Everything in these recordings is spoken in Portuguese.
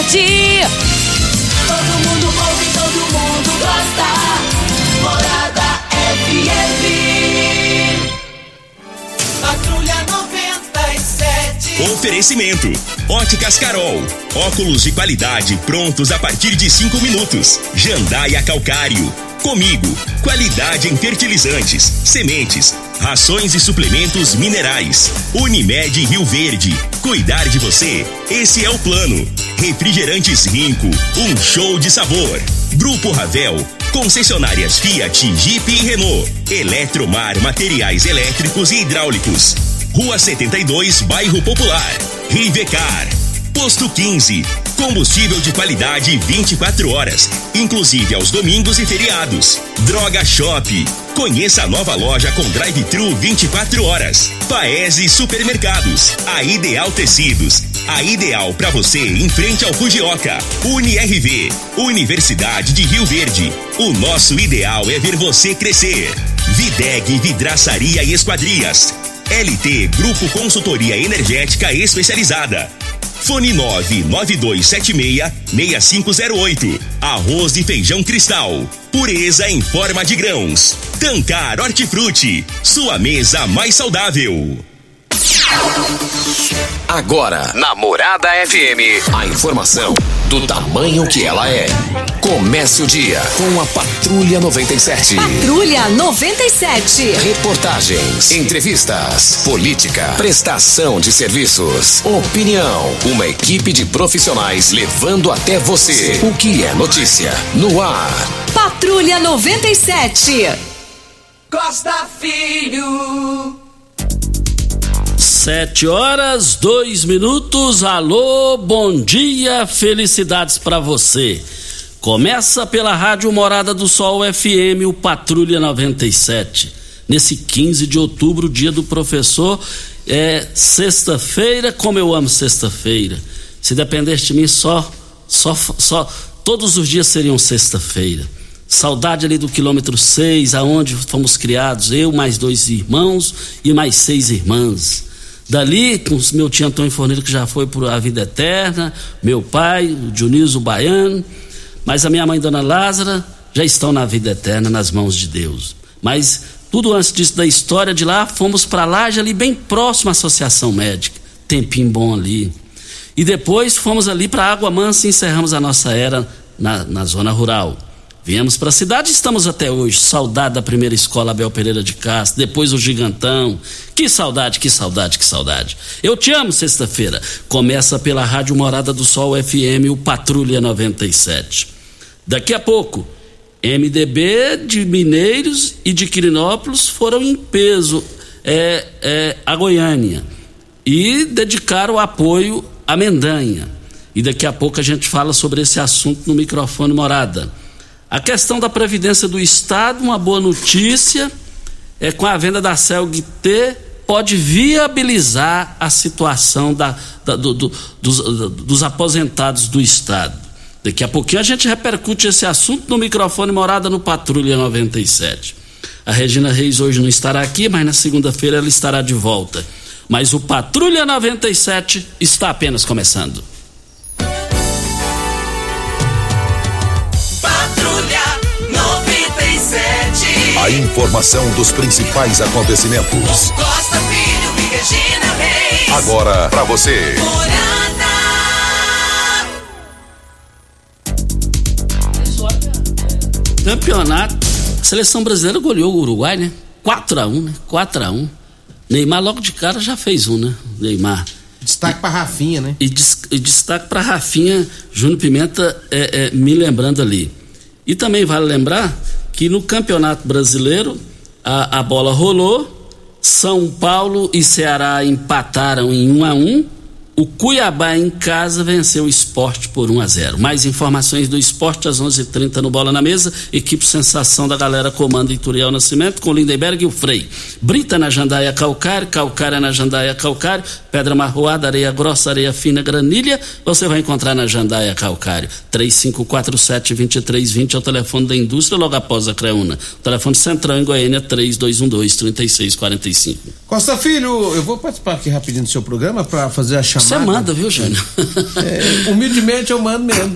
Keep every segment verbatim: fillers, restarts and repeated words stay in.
Verde. Todo mundo ouve, todo mundo gosta. Morada F M. Patrulha noventa e sete. Oferecimento: Óticas Carol. Óculos de qualidade prontos a partir de cinco minutos. Jandaia Calcário. Comigo, qualidade em fertilizantes, sementes, rações e suplementos minerais. Unimed Rio Verde, cuidar de você, esse é o plano. Refrigerantes Rinco, um show de sabor. Grupo Ravel, concessionárias Fiat, Jeep e Renault. Eletromar, materiais elétricos e hidráulicos. Rua setenta e dois, Bairro Popular. Rivecar. Posto quinze, combustível de qualidade vinte e quatro horas, inclusive aos domingos e feriados. Droga Shop, conheça a nova loja com drive-thru vinte e quatro horas. Paese Supermercados, a Ideal Tecidos, a ideal para você em frente ao Fujioka. UniRV, Universidade de Rio Verde, o nosso ideal é ver você crescer. Videg Vidraçaria e Esquadrias. L T Grupo Consultoria Energética Especializada. Fone nove nove dois sete seis, seis cinco zero oito. Arroz e feijão Cristal. Pureza em forma de grãos. Tancar Hortifruti. Sua mesa mais saudável. Agora, na Morada F M, a informação do tamanho que ela é. Comece o dia com a Patrulha noventa e sete. Patrulha noventa e sete. Reportagens, entrevistas, política, prestação de serviços, opinião. Uma equipe de profissionais levando até você o que é notícia no ar. Patrulha noventa e sete. Costa Filho. Sete horas, dois minutos. Alô, bom dia, felicidades pra você. Começa pela Rádio Morada do Sol F M, o Patrulha noventa e sete. Nesse quinze de outubro, dia do professor, é sexta-feira, como eu amo sexta-feira. Se dependesse de mim, só, só, só, todos os dias seriam sexta-feira. Saudade ali do quilômetro seis, aonde fomos criados, eu mais dois irmãos e mais seis irmãs. Dali, com o meu tio Antônio Forneiro, que já foi por a vida eterna, meu pai, o Dionísio Baiano, mas a minha mãe, Dona Lázara, já estão na vida eterna, nas mãos de Deus. Mas tudo antes disso, da história de lá, fomos para Laje, ali bem próximo à Associação Médica, tempinho bom ali. E depois fomos ali para Água Mansa e encerramos a nossa era na, na zona rural. Viemos para a cidade e estamos até hoje. Saudade da primeira escola Abel Pereira de Castro, depois o Gigantão. Que saudade, que saudade, que saudade. Eu te amo, sexta-feira. Começa pela Rádio Morada do Sol F M, o Patrulha noventa e sete. Daqui a pouco, M D B de Mineiros e de Quirinópolis foram em peso é, é, a Goiânia e dedicaram o apoio à Mendanha. E daqui a pouco a gente fala sobre esse assunto no microfone Morada. A questão da Previdência do Estado, uma boa notícia, é com a venda da Celg T, pode viabilizar a situação da, da, do, do, dos, dos aposentados do Estado. Daqui a pouquinho a gente repercute esse assunto no microfone Morada no Patrulha noventa e sete. A Regina Reis hoje não estará aqui, mas na segunda-feira ela estará de volta. Mas o Patrulha noventa e sete está apenas começando. A informação dos principais acontecimentos. Costa Filho e Regina Reis. Agora pra você. Campeonato. A seleção brasileira goleou o Uruguai, né? quatro a um, né? quatro a um. Neymar logo de cara já fez um, né? Neymar. Destaque pra Rafinha, né? E, des, e destaque pra Rafinha, Júnior Pimenta é, é, me lembrando ali. E também vale lembrar que no Campeonato Brasileiro a, a bola rolou, São Paulo e Ceará empataram em um a um, o Cuiabá em casa venceu o Sport por um a zero. Mais informações do Sport às onze e trinta no Bola na Mesa, equipe Sensação da galera comanda Ituriel Nascimento com Lindenberg e o Frei. Brita na Jandaia Calcário, Calcária na Jandaia Calcário, pedra marroada, areia grossa, areia fina, granilha, você vai encontrar na Jandaia Calcário. três cinco quatro sete, dois três dois zero é o telefone da indústria logo após a Creúna. O telefone central em Goiânia, três dois um dois, três seis quatro cinco. Costa Filho, eu vou participar aqui rapidinho do seu programa para fazer a chamada. Você manda, viu, Jânio? É, humildemente eu mando mesmo.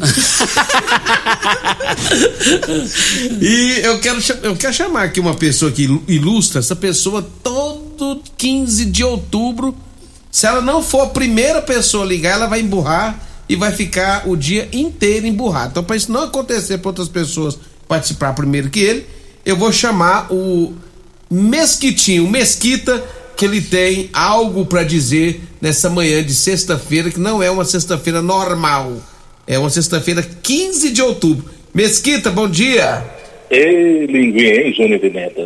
E eu quero, eu quero chamar aqui uma pessoa que ilustra essa pessoa todo quinze de outubro. Se ela não for a primeira pessoa a ligar, ela vai emburrar e vai ficar o dia inteiro emburrado. Então, para isso não acontecer para outras pessoas participar primeiro que ele, eu vou chamar o Mesquitinho, Mesquita, que ele tem algo para dizer nessa manhã de sexta-feira, que não é uma sexta-feira normal, é uma sexta-feira quinze de outubro. Mesquita, bom dia. Ei, linguinha, hein, Júnior Pimenta?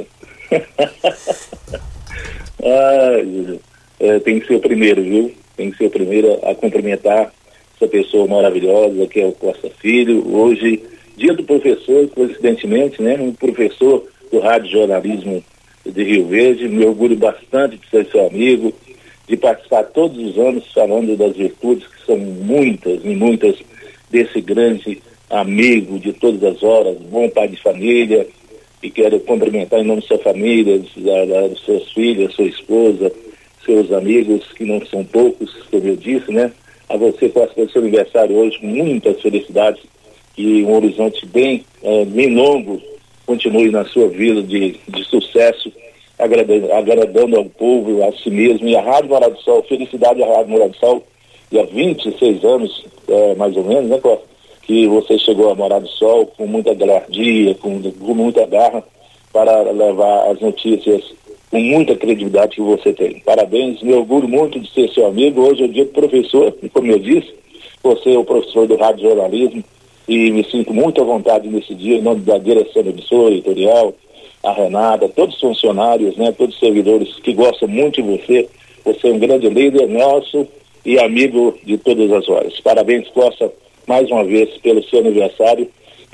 Ai, é, tem que ser o primeiro, viu? Tem que ser o primeiro a cumprimentar essa pessoa maravilhosa que é o Costa Filho. Hoje, dia do professor, coincidentemente, né? Um professor do Rádio Jornalismo de Rio Verde. Me orgulho bastante de ser seu amigo, de participar todos os anos falando das virtudes, que são muitas e muitas, desse grande amigo de todas as horas, bom pai de família. E quero cumprimentar em nome da sua família, da, da, dos seus filhos, sua esposa, seus amigos, que não são poucos, como eu disse, né? A você, Costa, pelo seu aniversário hoje, muitas felicidades e um horizonte bem, é, bem longo continue na sua vida de, de sucesso, agradando, agradando ao povo, a si mesmo, e a Rádio Morada do Sol. Felicidade à Rádio Morada do Sol, e há vinte e seis anos, é, mais ou menos, né, Costa, que você chegou a Morada do Sol com muita galardia, com, com muita garra, para levar as notícias com muita credibilidade que você tem. Parabéns, me orgulho muito de ser seu amigo. Hoje é o dia do professor, e como eu disse, você é o professor do Rádio Jornalismo, e me sinto muito à vontade nesse dia, em nome da direção da emissora, editorial, a Renata, todos os funcionários, né, todos os servidores que gostam muito de você. Você é um grande líder nosso e amigo de todas as horas. Parabéns, Costa, mais uma vez pelo seu aniversário.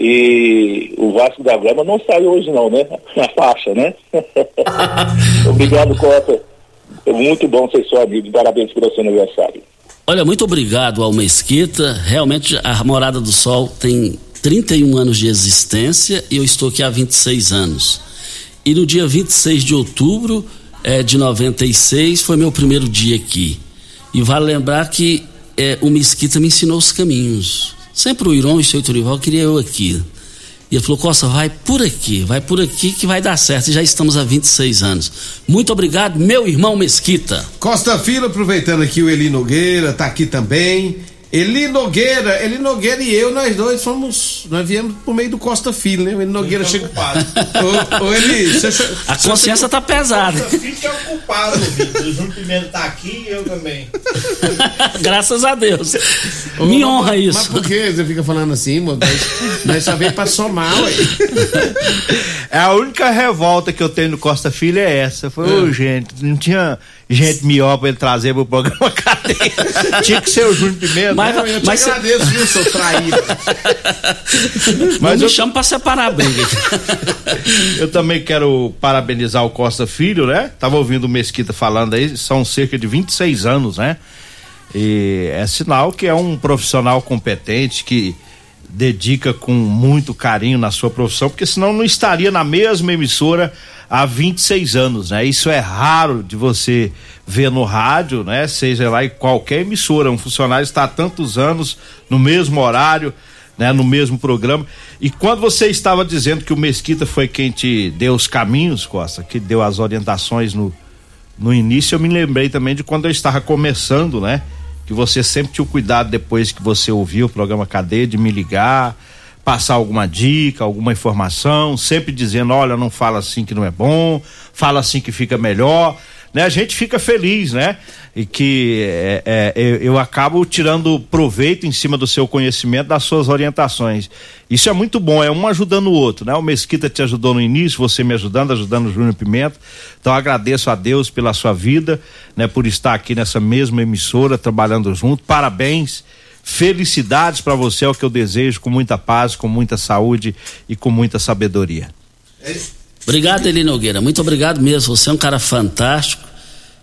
E o Vasco da Gama não saiu hoje não, né? Na faixa, né? Obrigado, Costa. É muito bom ser seu amigo. Parabéns pelo seu aniversário. Olha, muito obrigado ao Mesquita. Realmente a Morada do Sol tem trinta e um anos de existência e eu estou aqui há vinte e seis anos. E no dia vinte e seis de outubro é, de noventa e seis foi meu primeiro dia aqui. E vale lembrar que é, o Mesquita me ensinou os caminhos. Sempre o Iron e o seu Turival queria eu aqui. E ele falou, Costa, vai por aqui, vai por aqui que vai dar certo. E já estamos há vinte e seis anos. Muito obrigado, meu irmão Mesquita. Costa Filho, aproveitando aqui, o Eli Nogueira tá aqui também. Eli Nogueira, Eli Nogueira e eu, nós dois fomos, nós viemos por meio do Costa Filho, né? O Eli Nogueira chegou. Ô, ô Eli, você, a consciência tá pesada. O Costa Filho que é o culpado, Vitor. O Júnior Pimenta tá aqui e eu também. Graças a Deus. Ô, me honra mas, isso. Mas por que você fica falando assim, mano? Nós, nós só veio pra somar, ué. É a única revolta que eu tenho no Costa Filho é essa. Foi, ô, é. gente, não tinha gente melhor pra ele trazer pro programa cadeia. Tinha que ser o Júnior Pimenta. Mas, não, eu te mas agradeço, viu, seu traído. Mas me eu... chama pra separar a briga. Eu também quero parabenizar o Costa Filho, né? Tava ouvindo o Mesquita falando aí, são cerca de vinte e seis anos, né? E é sinal que é um profissional competente, que dedica com muito carinho na sua profissão, porque senão não estaria na mesma emissora há vinte e seis anos, né? Isso é raro de você ver no rádio, né? Seja lá em qualquer emissora, um funcionário está há tantos anos no mesmo horário, né? No mesmo programa. E quando você estava dizendo que o Mesquita foi quem te deu os caminhos, Costa, que deu as orientações no, no início, eu me lembrei também de quando eu estava começando, né? Que você sempre tinha o cuidado, depois que você ouviu o programa Cadeia, de me ligar, passar alguma dica, alguma informação, sempre dizendo, olha, não fala assim que não é bom, fala assim que fica melhor, né? A gente fica feliz, né? E que é, é, eu, eu acabo tirando proveito em cima do seu conhecimento, das suas orientações. Isso é muito bom, é um ajudando o outro, né? O Mesquita te ajudou no início, você me ajudando, ajudando o Júnior Pimenta. Então agradeço a Deus pela sua vida, né? Por estar aqui nessa mesma emissora, trabalhando junto. Parabéns, felicidades para você, é o que eu desejo, com muita paz, com muita saúde e com muita sabedoria. Obrigado, Eli Nogueira, muito obrigado mesmo, você é um cara fantástico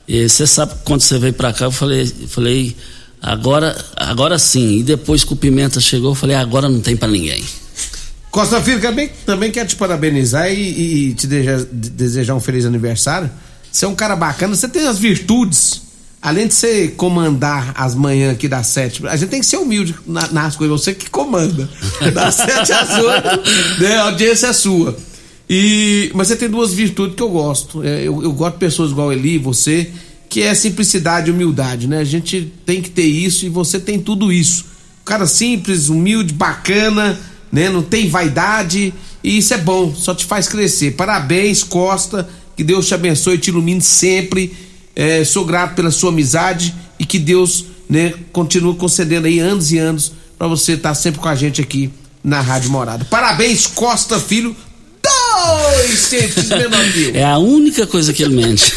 E você sabe que quando você veio pra cá, eu falei, falei agora, agora sim. E depois que o Pimenta chegou, eu falei, agora não tem pra ninguém. Costa Filho, também, também quero te parabenizar e, e te desejar, desejar um feliz aniversário. Você é um cara bacana, você tem as virtudes. Além de você comandar as manhãs aqui das sete, a gente tem que ser humilde na, nas coisas, você que comanda. Das sete às oito, né, a audiência é sua. E, mas você tem duas virtudes que eu gosto. Eu, eu gosto de pessoas igual Eli, você, que é simplicidade e humildade, né? A gente tem que ter isso e você tem tudo isso. Cara simples, humilde, bacana, né? Não tem vaidade e isso é bom, só te faz crescer. Parabéns, Costa, que Deus te abençoe e te ilumine sempre. É, sou grato pela sua amizade e que Deus, né, continue concedendo aí anos e anos pra você estar sempre com a gente aqui na Rádio Morada. Parabéns, Costa Filho. Dois centímetros menor que eu. É a única coisa que ele mente.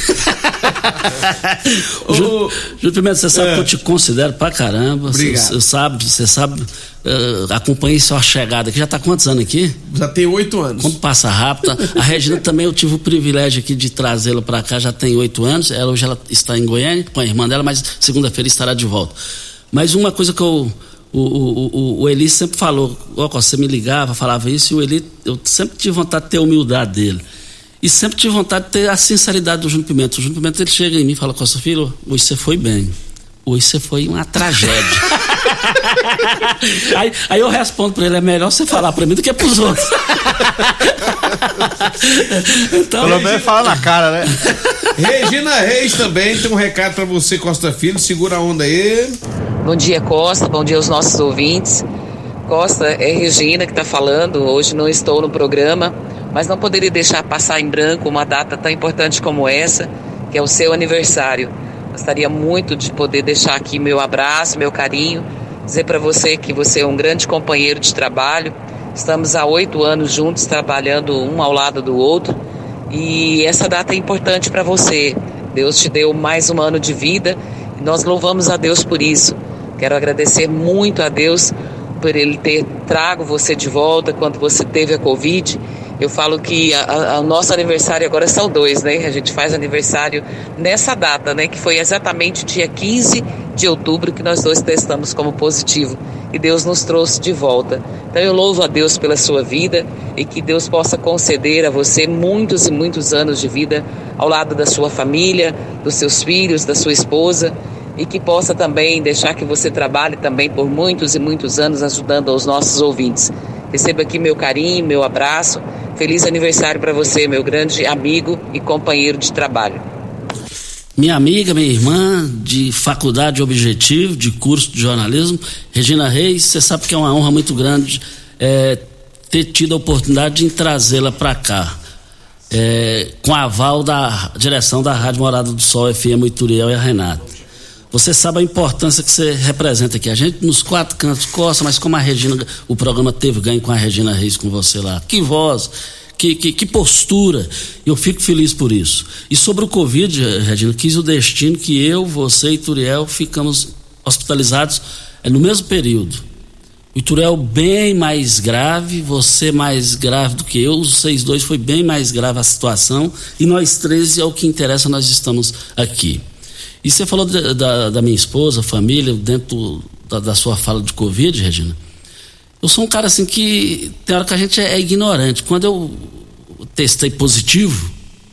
Júlio Pimenta, você sabe é. que eu te considero pra caramba. Obrigado. Você sabe, você sabe, uh, acompanhei sua chegada aqui. Já tá quantos anos aqui? Já tem oito anos. Como passa rápido. A Regina também, eu tive o privilégio aqui de trazê-la pra cá, já tem oito anos. Ela hoje ela está em Goiânia com a irmã dela, mas segunda-feira estará de volta. Mas uma coisa que eu O, o, o, o Eli sempre falou, ó, você me ligava, falava isso, e o Eli, eu sempre tive vontade de ter a humildade dele. E sempre tive vontade de ter a sinceridade do Júnior Pimenta. O Júnior Pimenta, ele chega em mim e fala, Costa Filho, hoje você foi bem. Hoje você foi uma tragédia. aí, aí eu respondo pra ele, é melhor você falar pra mim do que pros outros. Então, pelo menos fala na cara, né? Regina Reis também tem um recado pra você, Costa Filho, segura a onda aí. Bom dia, Costa, bom dia aos nossos ouvintes. Costa, é Regina que está falando. Hoje não estou no programa, mas não poderia deixar passar em branco uma data tão importante como essa, que é o seu aniversário. Gostaria muito de poder deixar aqui meu abraço, meu carinho, dizer para você que você é um grande companheiro de trabalho. Estamos há oito anos juntos, trabalhando um ao lado do outro, e essa data é importante para você. Deus te deu mais um ano de vida e nós louvamos a Deus por isso. Quero agradecer muito a Deus por Ele ter trago você de volta quando você teve a Covid. Eu falo que o nosso aniversário agora são dois, né? A gente faz aniversário nessa data, né? Que foi exatamente dia quinze de outubro que nós dois testamos como positivo. E Deus nos trouxe de volta. Então eu louvo a Deus pela sua vida e que Deus possa conceder a você muitos e muitos anos de vida ao lado da sua família, dos seus filhos, da sua esposa, e que possa também deixar que você trabalhe também por muitos e muitos anos ajudando aos nossos ouvintes. Receba aqui meu carinho, meu abraço. Feliz aniversário para você, meu grande amigo e companheiro de trabalho. Minha amiga, minha irmã de faculdade Objetivo, de curso de jornalismo, Regina Reis, você sabe que é uma honra muito grande é, ter tido a oportunidade de trazê-la para cá, é, com a aval da direção da Rádio Morada do Sol F M, o Ituriel e a Renata. Você sabe a importância que você representa aqui. A gente nos quatro cantos costa, mas como a Regina, o programa teve ganho com a Regina Reis, com você lá. Que voz, que, que, que postura. Eu fico feliz por isso. E sobre o Covid, Regina, quis o destino que eu, você e Turiel ficamos hospitalizados é, no mesmo período. O Turiel bem mais grave, você mais grave do que eu, os vocês dois foi bem mais grave a situação, e nós três, é o que interessa, nós estamos aqui. E você falou da, da, da minha esposa, família, dentro da, da sua fala de Covid, Regina. Eu sou um cara assim que tem hora que a gente é, é ignorante. Quando eu testei positivo,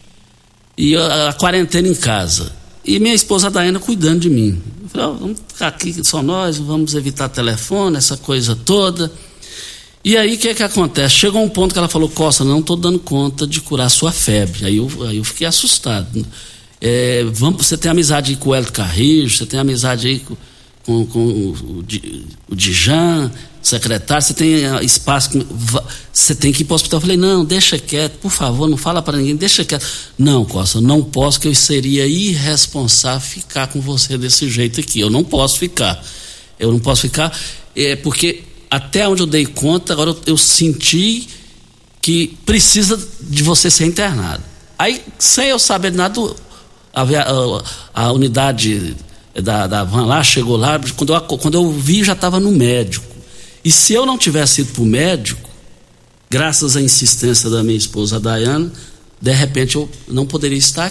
e a, a quarentena em casa, e minha esposa Daiana cuidando de mim. Eu falei, oh, vamos ficar aqui só nós, vamos evitar telefone, essa coisa toda. E aí o que é que acontece? Chegou um ponto que ela falou, Costa, não estou dando conta de curar a sua febre. Aí eu, aí eu fiquei assustado. É, vamos, você tem amizade aí com o Hélio Carrijo, você tem amizade aí com, com, com o, o, o Dijan, secretário, você tem espaço, com, você tem que ir para o hospital. Eu falei, não, deixa quieto, por favor, não fala para ninguém, deixa quieto. Não, Costa, não posso, que eu seria irresponsável ficar com você desse jeito aqui. Eu não posso ficar. Eu não posso ficar, é, porque até onde eu dei conta, agora eu, eu senti que precisa de você ser internado. Aí, sem eu saber nada, A, a, a unidade da, da van lá chegou lá, quando eu, quando eu vi já estava no médico, e se eu não tivesse ido para o médico, graças à insistência da minha esposa Daiana, de repente eu não poderia estar aqui.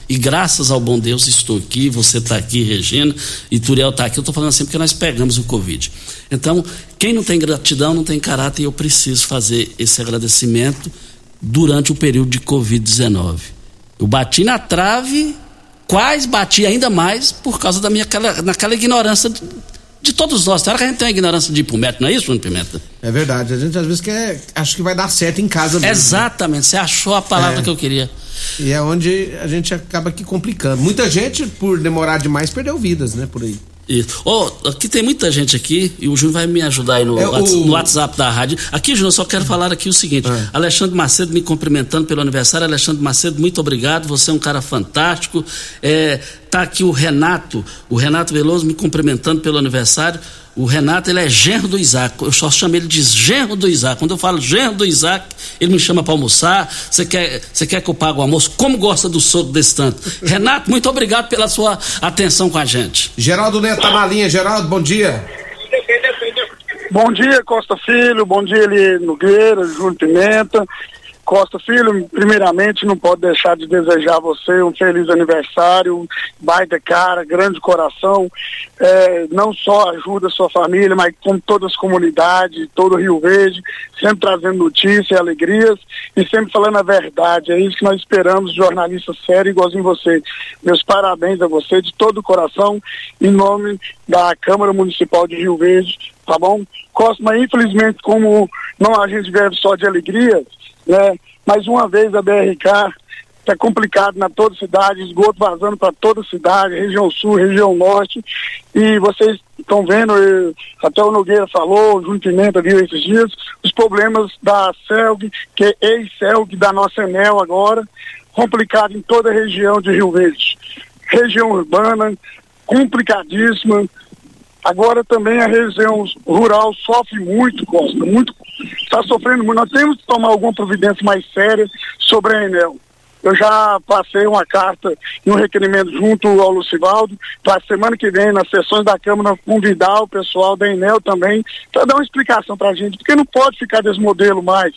E graças ao bom Deus estou aqui, você está aqui, Regina, e Turiel está aqui. Eu estou falando assim porque nós pegamos o Covid. Então, quem não tem gratidão não tem caráter, e eu preciso fazer esse agradecimento durante o período de covid dezenove. Eu bati na trave, quase bati ainda mais por causa da minha aquela, naquela ignorância de, de todos nós. Será que a gente tem a ignorância de ir pro médico, não é isso, Bruno Pimenta? É verdade, a gente às vezes quer, acha que vai dar certo em casa mesmo. Exatamente, você achou a palavra é. que eu queria. E é onde a gente acaba aqui complicando. Muita gente, por demorar demais, perdeu vidas, né, por aí. Isso. Oh, aqui tem muita gente aqui e o Júnior vai me ajudar aí no, é, WhatsApp, o... no WhatsApp da rádio. Aqui, Júnior, só quero falar aqui o seguinte: é. Alexandre Macedo me cumprimentando pelo aniversário. Alexandre Macedo, muito obrigado, você é um cara fantástico. É, tá aqui o Renato, o Renato Veloso me cumprimentando pelo aniversário. O Renato, ele é genro do Isaac, eu só chamo ele de genro do Isaac. Quando eu falo genro do Isaac, ele me chama para almoçar. Você quer, você quer que eu pague o almoço? Como gosta do sogro desse tanto? Renato, muito obrigado pela sua atenção com a gente. Geraldo Neto tá na linha. Geraldo, bom dia. Bom dia, Costa Filho, bom dia, Eli Nogueira, Júnior Pimenta. Costa Filho, primeiramente, não pode deixar de desejar a você um feliz aniversário, baita cara, grande coração, é, não só ajuda a sua família, mas como todas as comunidades, todo o Rio Verde, sempre trazendo notícias e alegrias e sempre falando a verdade. É isso que nós esperamos, jornalista sério igualzinho você. Meus parabéns a você de todo o coração, em nome da Câmara Municipal de Rio Verde, tá bom? Costa, mas infelizmente, como não a gente vive só de alegrias, né? Mais uma vez a B R K está complicado na toda a cidade, esgoto vazando para toda a cidade, região sul, região norte, e vocês estão vendo, eu, até o Nogueira falou, o Júnior Pimenta viu esses dias, os problemas da Celg, que é ex-Celg da nossa Enel agora, complicado em toda a região de Rio Verde, região urbana, complicadíssima. Agora também a região rural sofre muito, Costa, muito, está sofrendo muito. Nós temos que tomar alguma providência mais séria sobre a Enel. Eu já passei uma carta e um requerimento junto ao Lucivaldo para a semana que vem, nas sessões da Câmara, convidar o pessoal da Enel também para dar uma explicação para a gente, porque não pode ficar desse modelo mais,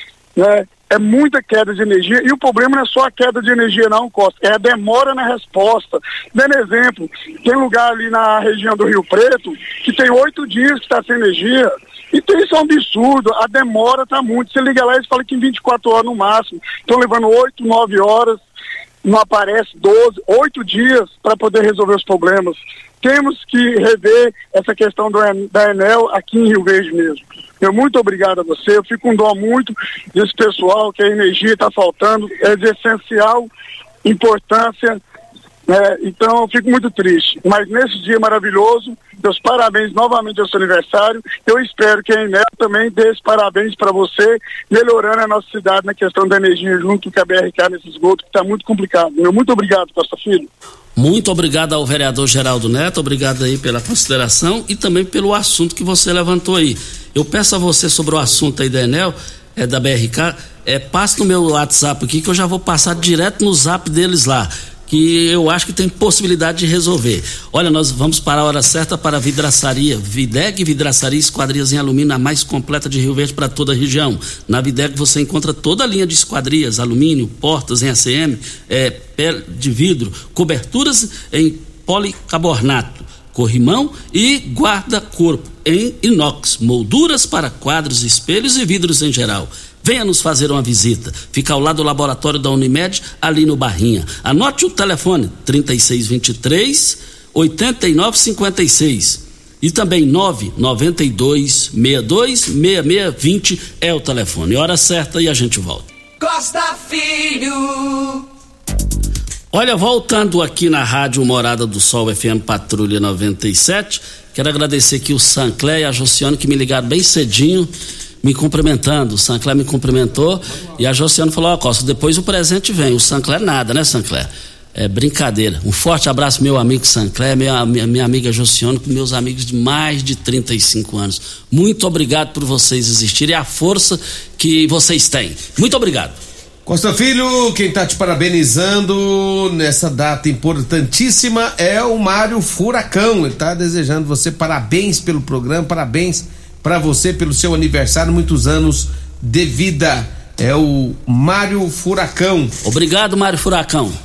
né? É muita queda de energia, e o problema não é só a queda de energia não, Costa, é a demora na resposta. Dando exemplo, tem lugar ali na região do Rio Preto que tem oito dias que está sem energia, então isso é um absurdo, a demora está muito. Você liga lá e fala que em vinte e quatro horas no máximo, estão levando oito, nove horas, não aparece doze, oito dias para poder resolver os problemas. Temos que rever essa questão do, da Enel aqui em Rio Verde mesmo. Eu muito obrigado a você, eu fico com dó muito desse pessoal, que a energia está faltando, é de essencial importância, né? Então eu fico muito triste. Mas nesse dia maravilhoso, meus parabéns novamente ao seu aniversário, eu espero que a Enel também dê esse parabéns para você, melhorando a nossa cidade na questão da energia junto com a B R K nesse esgoto, que está muito complicado. Meu muito obrigado, Costa Filho. Muito obrigado ao vereador Geraldo Neto, obrigado aí pela consideração e também pelo assunto que você levantou aí. Eu peço a você sobre o assunto aí da Enel, é, da B R K, é, passe no meu WhatsApp aqui que eu já vou passar direto no zap deles lá, que eu acho que tem possibilidade de resolver. Olha, nós vamos para a hora certa para a vidraçaria. Videg Vidraçaria, esquadrias em alumínio, a mais completa de Rio Verde para toda a região. Na Videg você encontra toda a linha de esquadrias, alumínio, portas em A C M, é, pele de vidro, coberturas em policarbonato, corrimão e guarda-corpo em inox, molduras para quadros, espelhos e vidros em geral. Venha nos fazer uma visita. Fica ao lado do laboratório da Unimed, ali no Barrinha. Anote o telefone trinta e seis vinte e três, oitenta e nove cinquenta e seis. E também nove nove dois, seis dois, seis seis vinte é o telefone. Hora certa e a gente volta. Costa Filho. Olha, voltando aqui na Rádio Morada do Sol F M Patrulha noventa e sete, quero agradecer aqui o Sancler e a Josiane que me ligaram bem cedinho, me cumprimentando. O Sancler me cumprimentou e a Josiane falou: ó, oh, Costa, depois o presente vem. O Sancler nada, né, Sancler? É brincadeira. Um forte abraço, meu amigo Sancler, minha, minha, minha amiga Josiane, com meus amigos de mais de trinta e cinco anos. Muito obrigado por vocês existirem e a força que vocês têm. Muito obrigado. Costa Filho, quem está te parabenizando nessa data importantíssima é o Mário Furacão. Ele está desejando você parabéns pelo programa, parabéns para você pelo seu aniversário, muitos anos de vida. É o Mário Furacão. Obrigado, Mário Furacão.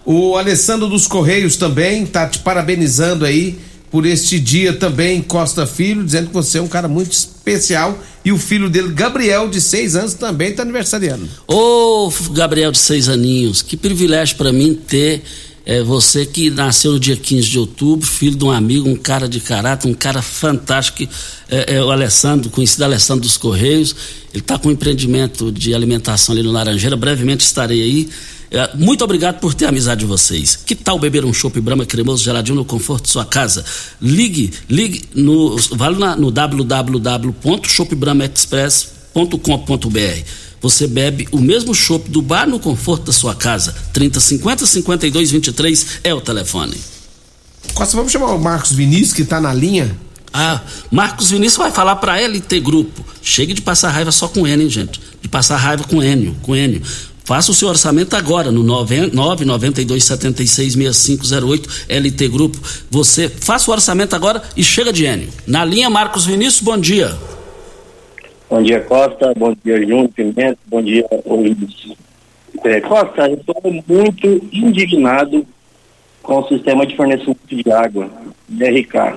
O Alessandro dos Correios também tá te parabenizando aí por este dia também, Costa Filho, dizendo que você é um cara muito especial, e o filho dele, Gabriel, de seis anos, também tá aniversariando. Ô, Gabriel de seis aninhos, que privilégio para mim ter é, você que nasceu no dia quinze de outubro, filho de um amigo, um cara de caráter, um cara fantástico, é, é o Alessandro, conhecido Alessandro dos Correios. Ele tá com um empreendimento de alimentação ali no Laranjeira, brevemente estarei aí. Muito obrigado por ter a amizade de vocês. Que tal beber um chopp Brahma cremoso geladinho no conforto de sua casa? Ligue, ligue no, vale na, no w w w ponto chopp brahma express ponto com ponto b r. Você bebe o mesmo chopp do bar no conforto da sua casa. trinta, cinquenta, cinquenta e dois, vinte e três é o telefone. Costa, vamos chamar o Marcos Vinícius, que tá na linha? Ah, Marcos Vinícius vai falar para L T Grupo. Chegue de passar raiva só com N, hein, gente? De passar raiva com Enio, com Enio. Faça o seu orçamento agora no nove nove dois sete seis, seis cinco zero oito L T Grupo. Você faça o orçamento agora e chega de Enio. Na linha, Marcos Vinícius, bom dia. Bom dia, Costa. Bom dia, Júnior Pimenta. Bom dia, ouvintes. É, Costa, eu estou muito indignado com o sistema de fornecimento de água, D R K.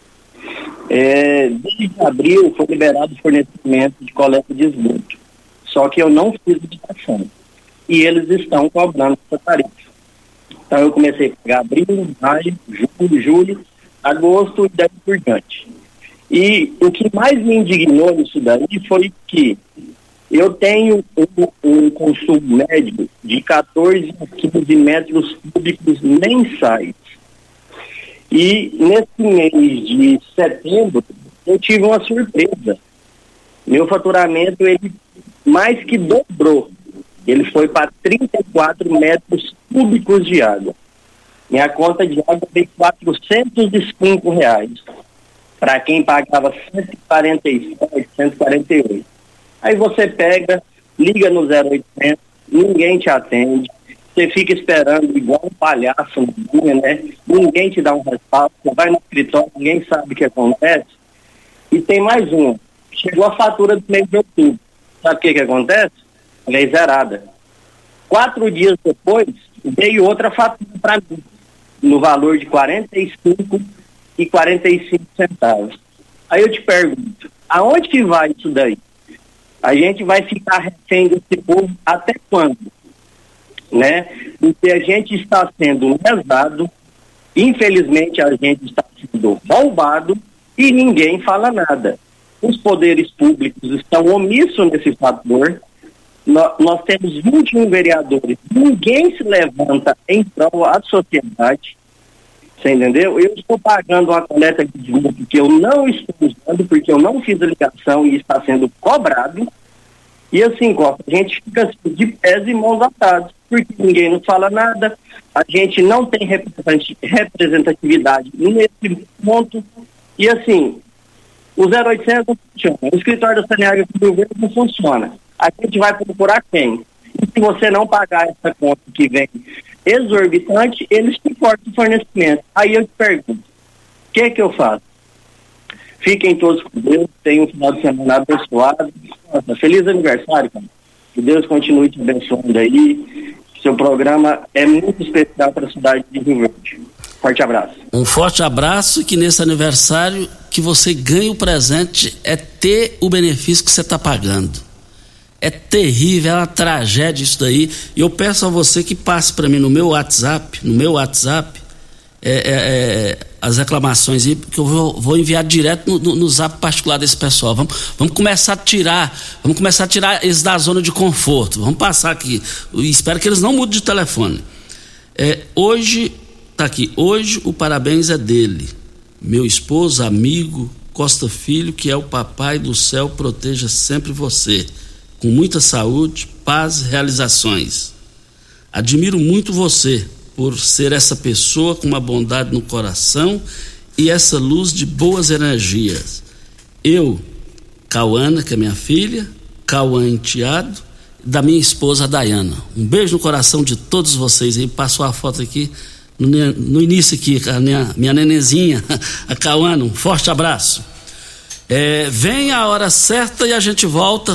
É, desde abril foi liberado o fornecimento de coleta de esgoto. Só que eu não fiz licitação. E eles estão cobrando essa tarifa. Então eu comecei a pagar abril, maio, junho, julho, agosto e daí por diante. E o que mais me indignou nisso daí foi que eu tenho um, um consumo médio de quatorze a quinze metros cúbicos mensais. E nesse mês de setembro eu tive uma surpresa. Meu faturamento, ele mais que dobrou. Ele foi para trinta e quatro metros cúbicos de água. Minha conta de água veio quatrocentos e cinco reais. Para quem pagava cento e quarenta e sete, cento e quarenta e oito. Aí você pega, liga no zero oitocentos, ninguém te atende. Você fica esperando igual um palhaço, né? Ninguém te dá um respaldo. Você vai no escritório, ninguém sabe o que acontece. E tem mais um. Chegou a fatura do mês de outubro. Sabe o que que acontece? Lei zerada. Quatro dias depois, veio outra fatura para mim, no valor de quarenta e cinco e quarenta e cinco centavos. Aí eu te pergunto, aonde que vai isso daí? A gente vai ficar refém desse povo até quando? Né? Porque a gente está sendo lesado, infelizmente a gente está sendo roubado e ninguém fala nada. Os poderes públicos estão omissos nesse fator. Nós, nós temos vinte e um vereadores, ninguém se levanta em prol da sociedade, você entendeu? Eu estou pagando uma coleta de esgoto que eu não estou usando, porque eu não fiz a ligação e está sendo cobrado, e assim, Costa, a gente fica assim, de pés e mãos atadas, porque ninguém nos fala nada, a gente não tem representatividade nesse ponto, e assim, o zero oitocentos não funciona, o escritório da Saneaga do Rio Verde não funciona. A gente vai procurar quem? E se você não pagar essa conta que vem exorbitante, eles te cortam o fornecimento. Aí eu te pergunto, o que que eu faço? Fiquem todos com Deus, tenham um final de semana abençoado. Nossa, feliz aniversário, cara. Que Deus continue te abençoando aí. Seu programa é muito especial para a cidade de Rio Verde. Forte abraço. Um forte abraço e que nesse aniversário que você ganhe o presente é ter o benefício que você está pagando. É terrível, é uma tragédia isso daí. E eu peço a você que passe para mim no meu WhatsApp, no meu WhatsApp, é, é, é, as reclamações aí, porque eu vou, vou enviar direto no, no, no zap particular desse pessoal. Vamos, vamos começar a tirar, vamos começar a tirar eles da zona de conforto. Vamos passar aqui. Eu espero que eles não mudem de telefone. É, hoje, tá aqui, hoje o parabéns é dele. Meu esposo, amigo, Costa Filho, que é o papai do céu, proteja sempre você. Com muita saúde, paz e realizações. Admiro muito você por ser essa pessoa com uma bondade no coração e essa luz de boas energias. Eu, Cauana, que é minha filha, Cauã enteado, da minha esposa Dayana. Um beijo no coração de todos vocês aí. Passou a foto aqui no, no início aqui, a minha, minha nenenzinha, a Cauana. Um forte abraço. É, vem a hora certa e a gente volta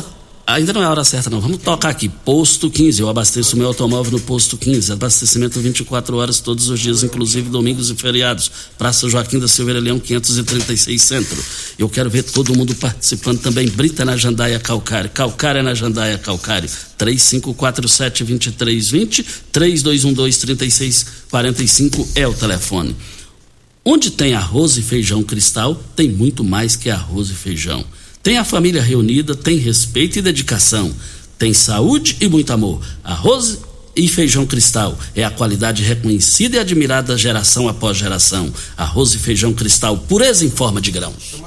Ainda não é a hora certa, não. Vamos tocar aqui. Posto quinze. Eu abasteço meu automóvel no Posto quinze. Abastecimento vinte e quatro horas todos os dias, inclusive domingos e feriados. Praça Joaquim da Silveira Leão, quinhentos e trinta e seis Centro. Eu quero ver todo mundo participando também. Brita na Jandaia Calcário. Calcária na Jandaia Calcário. três cinco quatro sete, dois três dois zero, três dois um dois, três seis quatro cinco é o telefone. Onde tem arroz e feijão Cristal, tem muito mais que arroz e feijão. Tem a família reunida, tem respeito e dedicação. Tem saúde e muito amor. Arroz e feijão Cristal é a qualidade reconhecida e admirada geração após geração. Arroz e feijão Cristal, pureza em forma de grãos.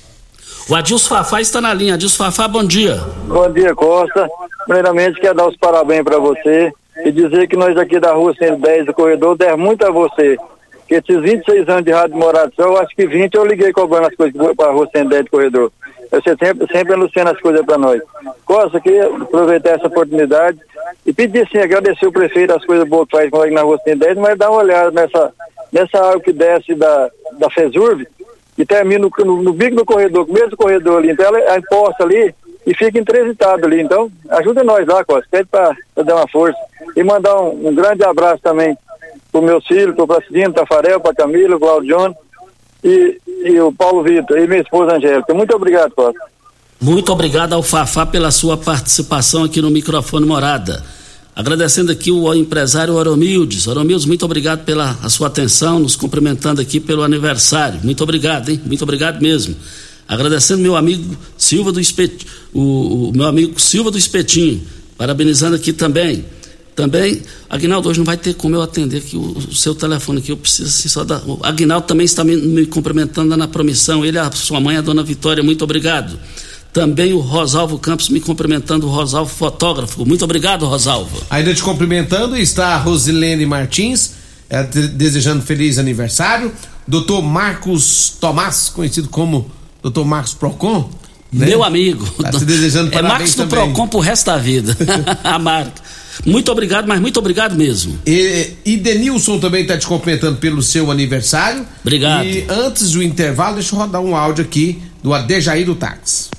O Adilson Fafá está na linha. Adilson Fafá, bom dia. Bom dia, Costa. Primeiramente, quero dar os parabéns para você e dizer que nós aqui da Rua cento e dez do Corredor devemos muito a você. Que esses vinte e seis anos de Rádio Morada do Sol, eu acho que vinte eu liguei cobrando as coisas para a Rua cento e dez do Corredor. Você sempre, sempre anunciando as coisas para nós. Costa, aqui aproveitar essa oportunidade e pedir sim, agradecer o prefeito as coisas boas que faz aqui na Rua cento e dez, mas dar uma olhada nessa, nessa água que desce da, da FESURV e termina no, no, no bico do corredor, no mesmo corredor ali. Então ela é imposta ali e fica intransitado ali. Então, ajuda nós lá, Costa, pede para dar uma força. E mandar um, um grande abraço também para meus filhos, para o Placidino, Tafarel, para Camila, o Claudione e, e o Paulo Vitor e minha esposa Angélica. Muito obrigado, Costa. Muito obrigado ao Fafá pela sua participação aqui no microfone Morada. Agradecendo aqui o empresário Oromildes. Oromildes, muito obrigado pela a sua atenção, nos cumprimentando aqui pelo aniversário. Muito obrigado, hein? Muito obrigado mesmo. Agradecendo meu amigo Silva do Espetinho, o, o meu amigo Silva do Espetinho, parabenizando aqui também. Também, Aguinaldo, hoje não vai ter como eu atender aqui o, o seu telefone aqui, eu preciso assim, só dar... O Aguinaldo também está me, me cumprimentando na promissão, ele, a sua mãe, a dona Vitória, muito obrigado. Também o Rosalvo Campos me cumprimentando, o Rosalvo fotógrafo, muito obrigado, Rosalvo. Ainda te cumprimentando está a Rosilene Martins, é, desejando feliz aniversário. doutor Marcos Tomás, conhecido como doutor Marcos Procon, né? Meu amigo. Tá te desejando é Marcos do também. Procon pro resto da vida. A marca. Muito obrigado, mas muito obrigado mesmo. E, e Denilson também está te cumprimentando pelo seu aniversário. Obrigado. E antes do intervalo, deixa eu rodar um áudio aqui do Adejaí do Táxi.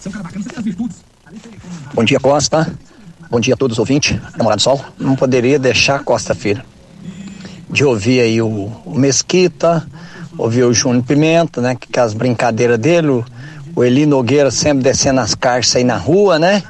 Bom dia, Costa. Bom dia a todos os ouvintes da Morada do Sol. Não poderia deixar, Costa Filho, de ouvir aí o, o Mesquita, ouvir o Júnior Pimenta, né? Que as brincadeiras dele, o, o Eli Nogueira sempre descendo as carças aí na rua, né?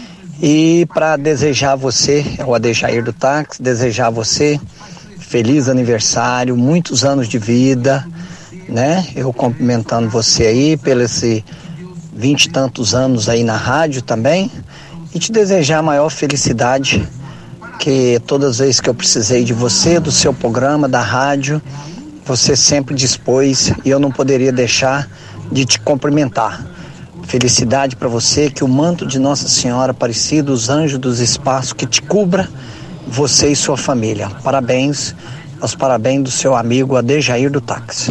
E para desejar a você, é o Adejair do Táxi, desejar a você feliz aniversário, muitos anos de vida, né? Eu cumprimentando você aí pelos vinte e tantos anos aí na rádio também e te desejar a maior felicidade, que todas as vezes que eu precisei de você, do seu programa, da rádio, você sempre dispôs e eu não poderia deixar de te cumprimentar. Felicidade para você, que o manto de Nossa Senhora Aparecida, os anjos dos espaços, que te cubra, você e sua família. Parabéns, aos parabéns do seu amigo Adejair do Táxi.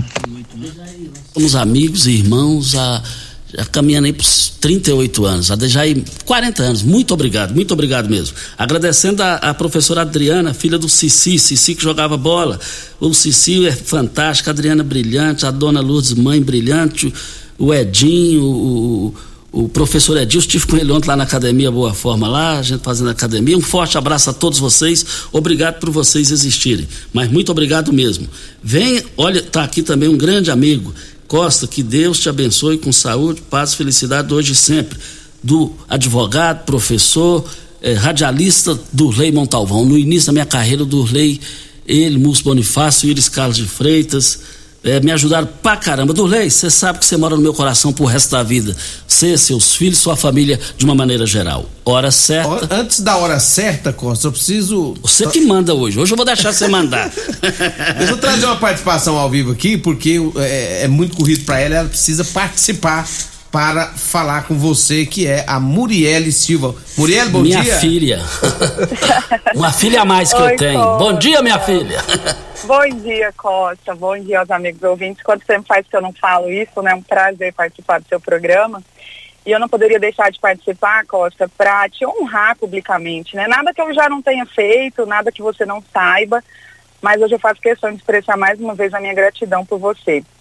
Somos amigos e irmãos há, já caminhando aí por trinta e oito anos, Adejair, quarenta anos, muito obrigado, muito obrigado mesmo. Agradecendo a, a professora Adriana, filha do Cici, Cici que jogava bola. O Cici é fantástico, a Adriana brilhante, a dona Lourdes, mãe brilhante, o Edinho, o, o professor Edinho, estive com ele ontem lá na academia Boa Forma, lá, a gente fazendo academia. Um forte abraço a todos vocês, obrigado por vocês existirem, mas muito obrigado mesmo. Vem, olha, tá aqui também um grande amigo, Costa, que Deus te abençoe com saúde, paz e felicidade hoje e sempre, do advogado, professor, eh, radialista Durley Montalvão. No início da minha carreira, o Durley, ele, Múcio Bonifácio, Iris Carlos de Freitas, É, me ajudaram pra caramba. Durley, você sabe que você mora no meu coração pro resto da vida. Você, seus filhos, sua família, de uma maneira geral. Hora certa. Antes da hora certa, Costa, eu preciso... Você que manda hoje. Hoje eu vou deixar você mandar. Deixa eu trazer uma participação ao vivo aqui, porque é, é muito corrido pra ela, ela precisa participar para falar com você, que é a Muriele Silva. Muriele, bom minha dia. Minha filha. Uma filha a mais que Oi, eu tenho. Costa. Bom dia, minha filha. Bom dia, Costa. Bom dia aos amigos ouvintes. Quanto tempo faz que eu não falo isso, né? É um prazer participar do seu programa. E eu não poderia deixar de participar, Costa, para te honrar publicamente, né? Nada que eu já não tenha feito, nada que você não saiba, mas hoje eu faço questão de expressar mais uma vez a minha gratidão por você.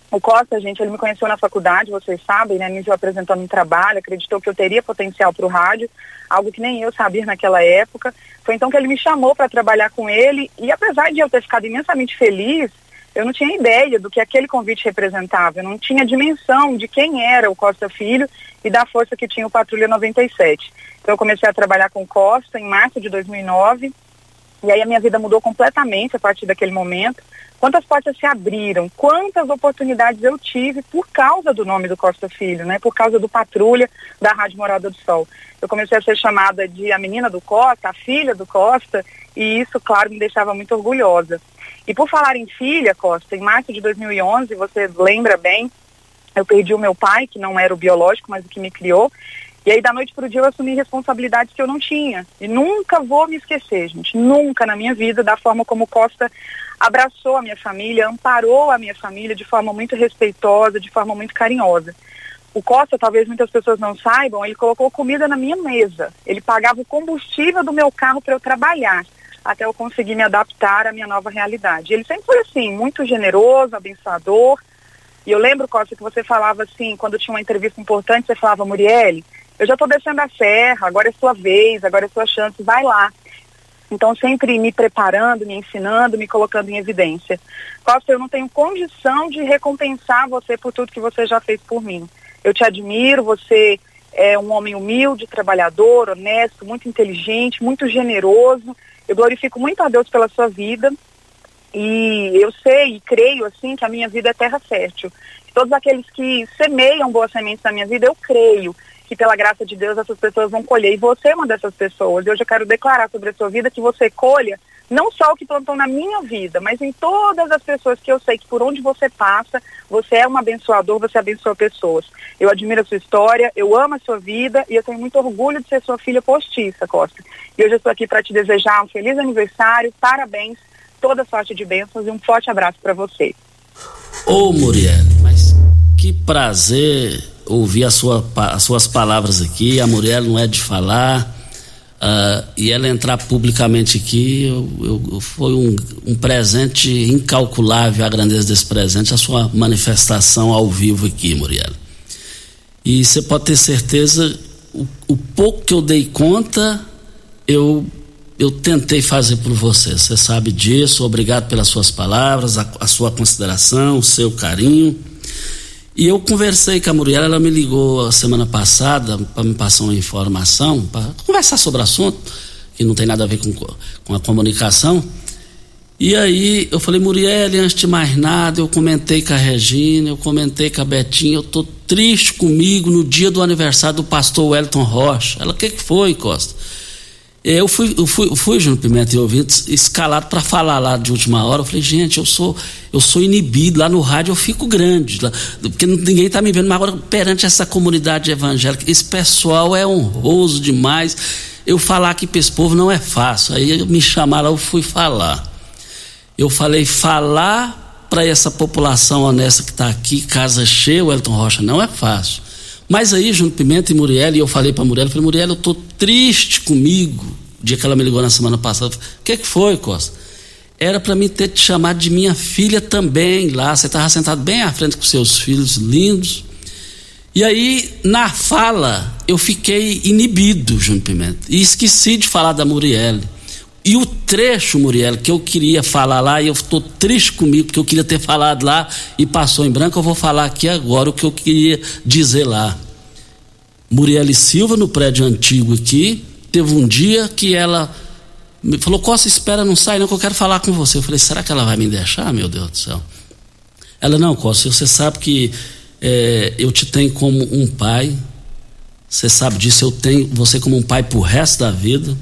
O Costa, gente, ele me conheceu na faculdade, vocês sabem, né? Me viu apresentando um trabalho, acreditou que eu teria potencial para o rádio, algo que nem eu sabia naquela época. Foi então que ele me chamou para trabalhar com ele e apesar de eu ter ficado imensamente feliz, eu não tinha ideia do que aquele convite representava, eu não tinha dimensão de quem era o Costa Filho e da força que tinha o Patrulha noventa e sete. Então eu comecei a trabalhar com o Costa em março de dois mil e nove e aí a minha vida mudou completamente a partir daquele momento. Quantas portas se abriram, quantas oportunidades eu tive por causa do nome do Costa Filho, né? Por causa do Patrulha da Rádio Morada do Sol. Eu comecei a ser chamada de a menina do Costa, a filha do Costa, e isso, claro, me deixava muito orgulhosa. E por falar em filha, Costa, em março de dois mil e onze, você lembra bem, eu perdi o meu pai, que não era o biológico, mas o que me criou, e aí da noite para o dia eu assumi responsabilidades que eu não tinha. E nunca vou me esquecer, gente, nunca na minha vida, da forma como o Costa abraçou a minha família, amparou a minha família de forma muito respeitosa, de forma muito carinhosa. O Costa, talvez muitas pessoas não saibam, ele colocou comida na minha mesa. Ele pagava o combustível do meu carro para eu trabalhar, até eu conseguir me adaptar à minha nova realidade. Ele sempre foi assim, muito generoso, abençoador. E eu lembro, Costa, que você falava assim, quando tinha uma entrevista importante, você falava, Muriele, eu já estou descendo a serra, agora é sua vez, agora é sua chance, vai lá. Então, sempre me preparando, me ensinando, me colocando em evidência. Costa, eu não tenho condição de recompensar você por tudo que você já fez por mim. Eu te admiro, você é um homem humilde, trabalhador, honesto, muito inteligente, muito generoso. Eu glorifico muito a Deus pela sua vida. E eu sei e creio, assim, que a minha vida é terra fértil. Todos aqueles que semeiam boas sementes na minha vida, eu creio que pela graça de Deus essas pessoas vão colher, e você é uma dessas pessoas. Hoje eu quero declarar sobre a sua vida que você colha não só o que plantou na minha vida, mas em todas as pessoas que eu sei que por onde você passa, você é um abençoador, você abençoa pessoas. Eu admiro a sua história, eu amo a sua vida e eu tenho muito orgulho de ser sua filha postiça, Costa. E hoje eu estou aqui para te desejar um feliz aniversário, parabéns, toda sorte de bênçãos e um forte abraço para você. Ô Muriel, mas que prazer ouvir a sua, as suas palavras aqui. A Muriel não é de falar, uh, e ela entrar publicamente aqui eu, eu, foi um, um presente incalculável, a grandeza desse presente, a sua manifestação ao vivo aqui, Muriel. E você pode ter certeza, o, o pouco que eu dei conta, eu, eu tentei fazer por você. Você sabe disso. Obrigado pelas suas palavras, a, a sua consideração, o seu carinho. E eu conversei com a Muriel, ela me ligou a semana passada para me passar uma informação, para conversar sobre o assunto, que não tem nada a ver com, com a comunicação. E aí eu falei, Muriel, antes de mais nada, eu comentei com a Regina, eu comentei com a Betinha, eu tô triste comigo no dia do aniversário do pastor Wellington Rocha. Ela, o que que foi, Costa? Eu fui, eu fui, eu fui Júnior Pimenta e ouvintes, escalado para falar lá de última hora. Eu falei, gente, eu sou, eu sou inibido, lá no rádio eu fico grande, lá, porque ninguém está me vendo, mas agora perante essa comunidade evangélica, esse pessoal é honroso demais. Eu falar aqui para esse povo não é fácil. Aí me chamaram, eu fui falar. Eu falei, falar para essa população honesta que está aqui, casa cheia, o Wellington Rocha, não é fácil. Mas aí, Júnior Pimenta e Muriel, e eu falei pra Muriel, eu falei, Muriel, eu tô triste comigo. O dia que ela me ligou na semana passada, o que que foi, Costa? Era pra mim ter te chamado de minha filha também lá. Você tava sentado bem à frente com seus filhos lindos. E aí, na fala, eu fiquei inibido, Júnior Pimenta. E esqueci de falar da Muriel. E o trecho, Muriel, que eu queria falar lá, e eu estou triste comigo, porque eu queria ter falado lá e passou em branco, eu vou falar aqui agora o que eu queria dizer lá. Muriel Silva, no prédio antigo aqui, teve um dia que ela me falou, Costa, espera, não sai não, que eu quero falar com você. Eu falei, será que ela vai me deixar, meu Deus do céu? Ela, não, Costa, você sabe que é, eu te tenho como um pai, você sabe disso, eu tenho você como um pai pro resto da vida.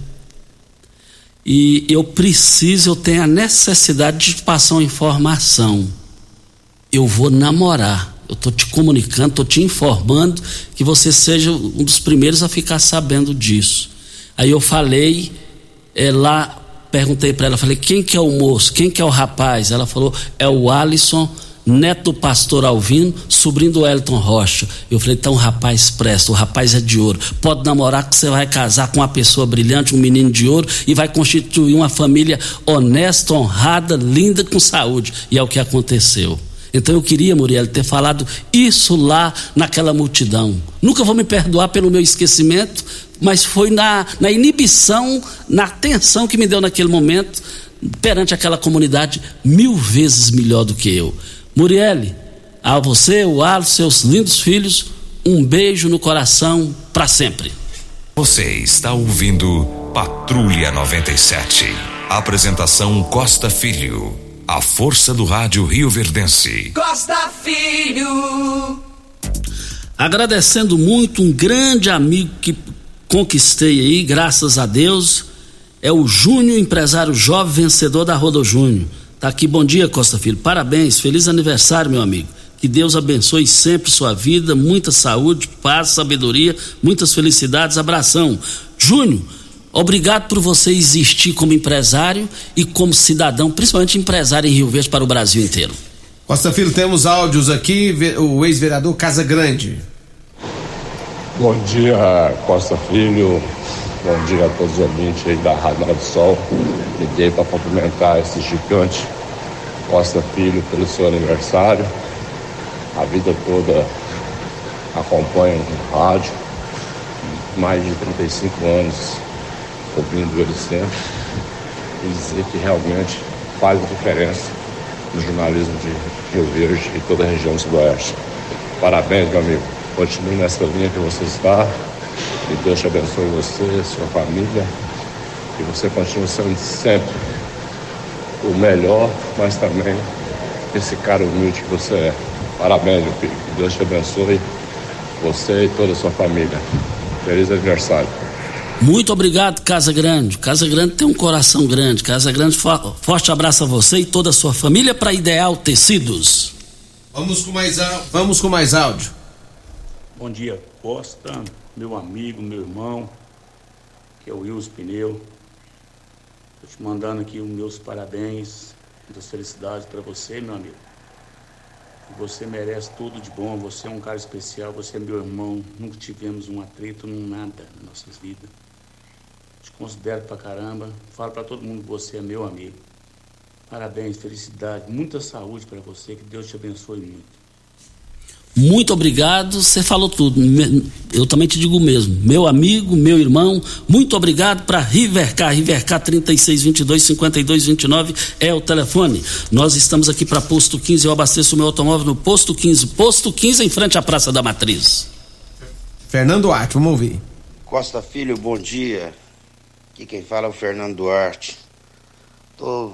E eu preciso, eu tenho a necessidade de te passar uma informação. Eu vou namorar. Eu estou te comunicando, estou te informando que você seja um dos primeiros a ficar sabendo disso. Aí eu falei, é, lá, perguntei para ela, falei, quem que é o moço? Quem que é o rapaz? Ela falou, é o Alisson, neto do pastor Alvino, sobrinho do Wellington Rocha. Eu falei, então o rapaz presta, o rapaz é de ouro, pode namorar que você vai casar com uma pessoa brilhante, um menino de ouro, e vai constituir uma família honesta, honrada, linda, com saúde. E é o que aconteceu. Então eu queria, Muriel, ter falado isso lá naquela multidão. Nunca vou me perdoar pelo meu esquecimento, mas foi na, na inibição, na atenção que me deu naquele momento, perante aquela comunidade mil vezes melhor do que eu. Muriel, a você, o Alisson, seus lindos filhos, um beijo no coração para sempre. Você está ouvindo Patrulha noventa e sete. Apresentação Costa Filho. A força do rádio rioverdense. Costa Filho. Agradecendo muito um grande amigo que conquistei aí, graças a Deus, é o Júnior, empresário jovem vencedor da Rodo Júnior. Tá aqui, bom dia, Costa Filho, parabéns, feliz aniversário, meu amigo. Que Deus abençoe sempre sua vida, muita saúde, paz, sabedoria, muitas felicidades, abração. Júnior, obrigado por você existir como empresário e como cidadão, principalmente empresário em Rio Verde para o Brasil inteiro. Costa Filho, temos áudios aqui, o ex-vereador Casa Grande. Bom dia, Costa Filho, bom dia a todos os ouvintes aí da Rádio Morada do Sol. Liguei para cumprimentar esse gigante Costa Filho pelo seu aniversário. A vida toda acompanho o rádio, mais de trinta e cinco anos ouvindo ele sempre, e dizer que realmente faz a diferença no jornalismo de Rio Verde e toda a região sudoeste. Parabéns, meu amigo. Continue nessa linha que você está, e Deus te abençoe você, sua família, e você continue sendo sempre o melhor, mas também esse cara humilde que você é. Parabéns, meu filho. Que Deus te abençoe, você e toda a sua família. Feliz aniversário. Muito obrigado, Casa Grande. Casa Grande tem um coração grande. Casa Grande, forte abraço a você e toda a sua família para Ideal Tecidos. Vamos com mais, vamos com mais áudio. Bom dia, Costa, meu amigo, meu irmão, que é o Wilson Pneu. Estou te mandando aqui os meus parabéns, muitas felicidades para você, meu amigo. Você merece tudo de bom, você é um cara especial, você é meu irmão. Nunca tivemos um atrito, num nada nas nossas vidas. Te considero pra caramba, falo pra todo mundo que você é meu amigo. Parabéns, felicidade, muita saúde pra você, que Deus te abençoe muito. Muito obrigado, você falou tudo, eu também te digo o mesmo, meu amigo, meu irmão, muito obrigado para Rivercar, Rivercar trinta e seis, vinte e dois, cinquenta e dois, vinte e nove é o telefone. Nós estamos aqui para Posto quinze, eu abasteço o meu automóvel no Posto quinze, Posto quinze em frente à Praça da Matriz. Fernando Duarte, vamos ouvir. Costa Filho, bom dia, aqui quem fala é o Fernando Duarte. Tô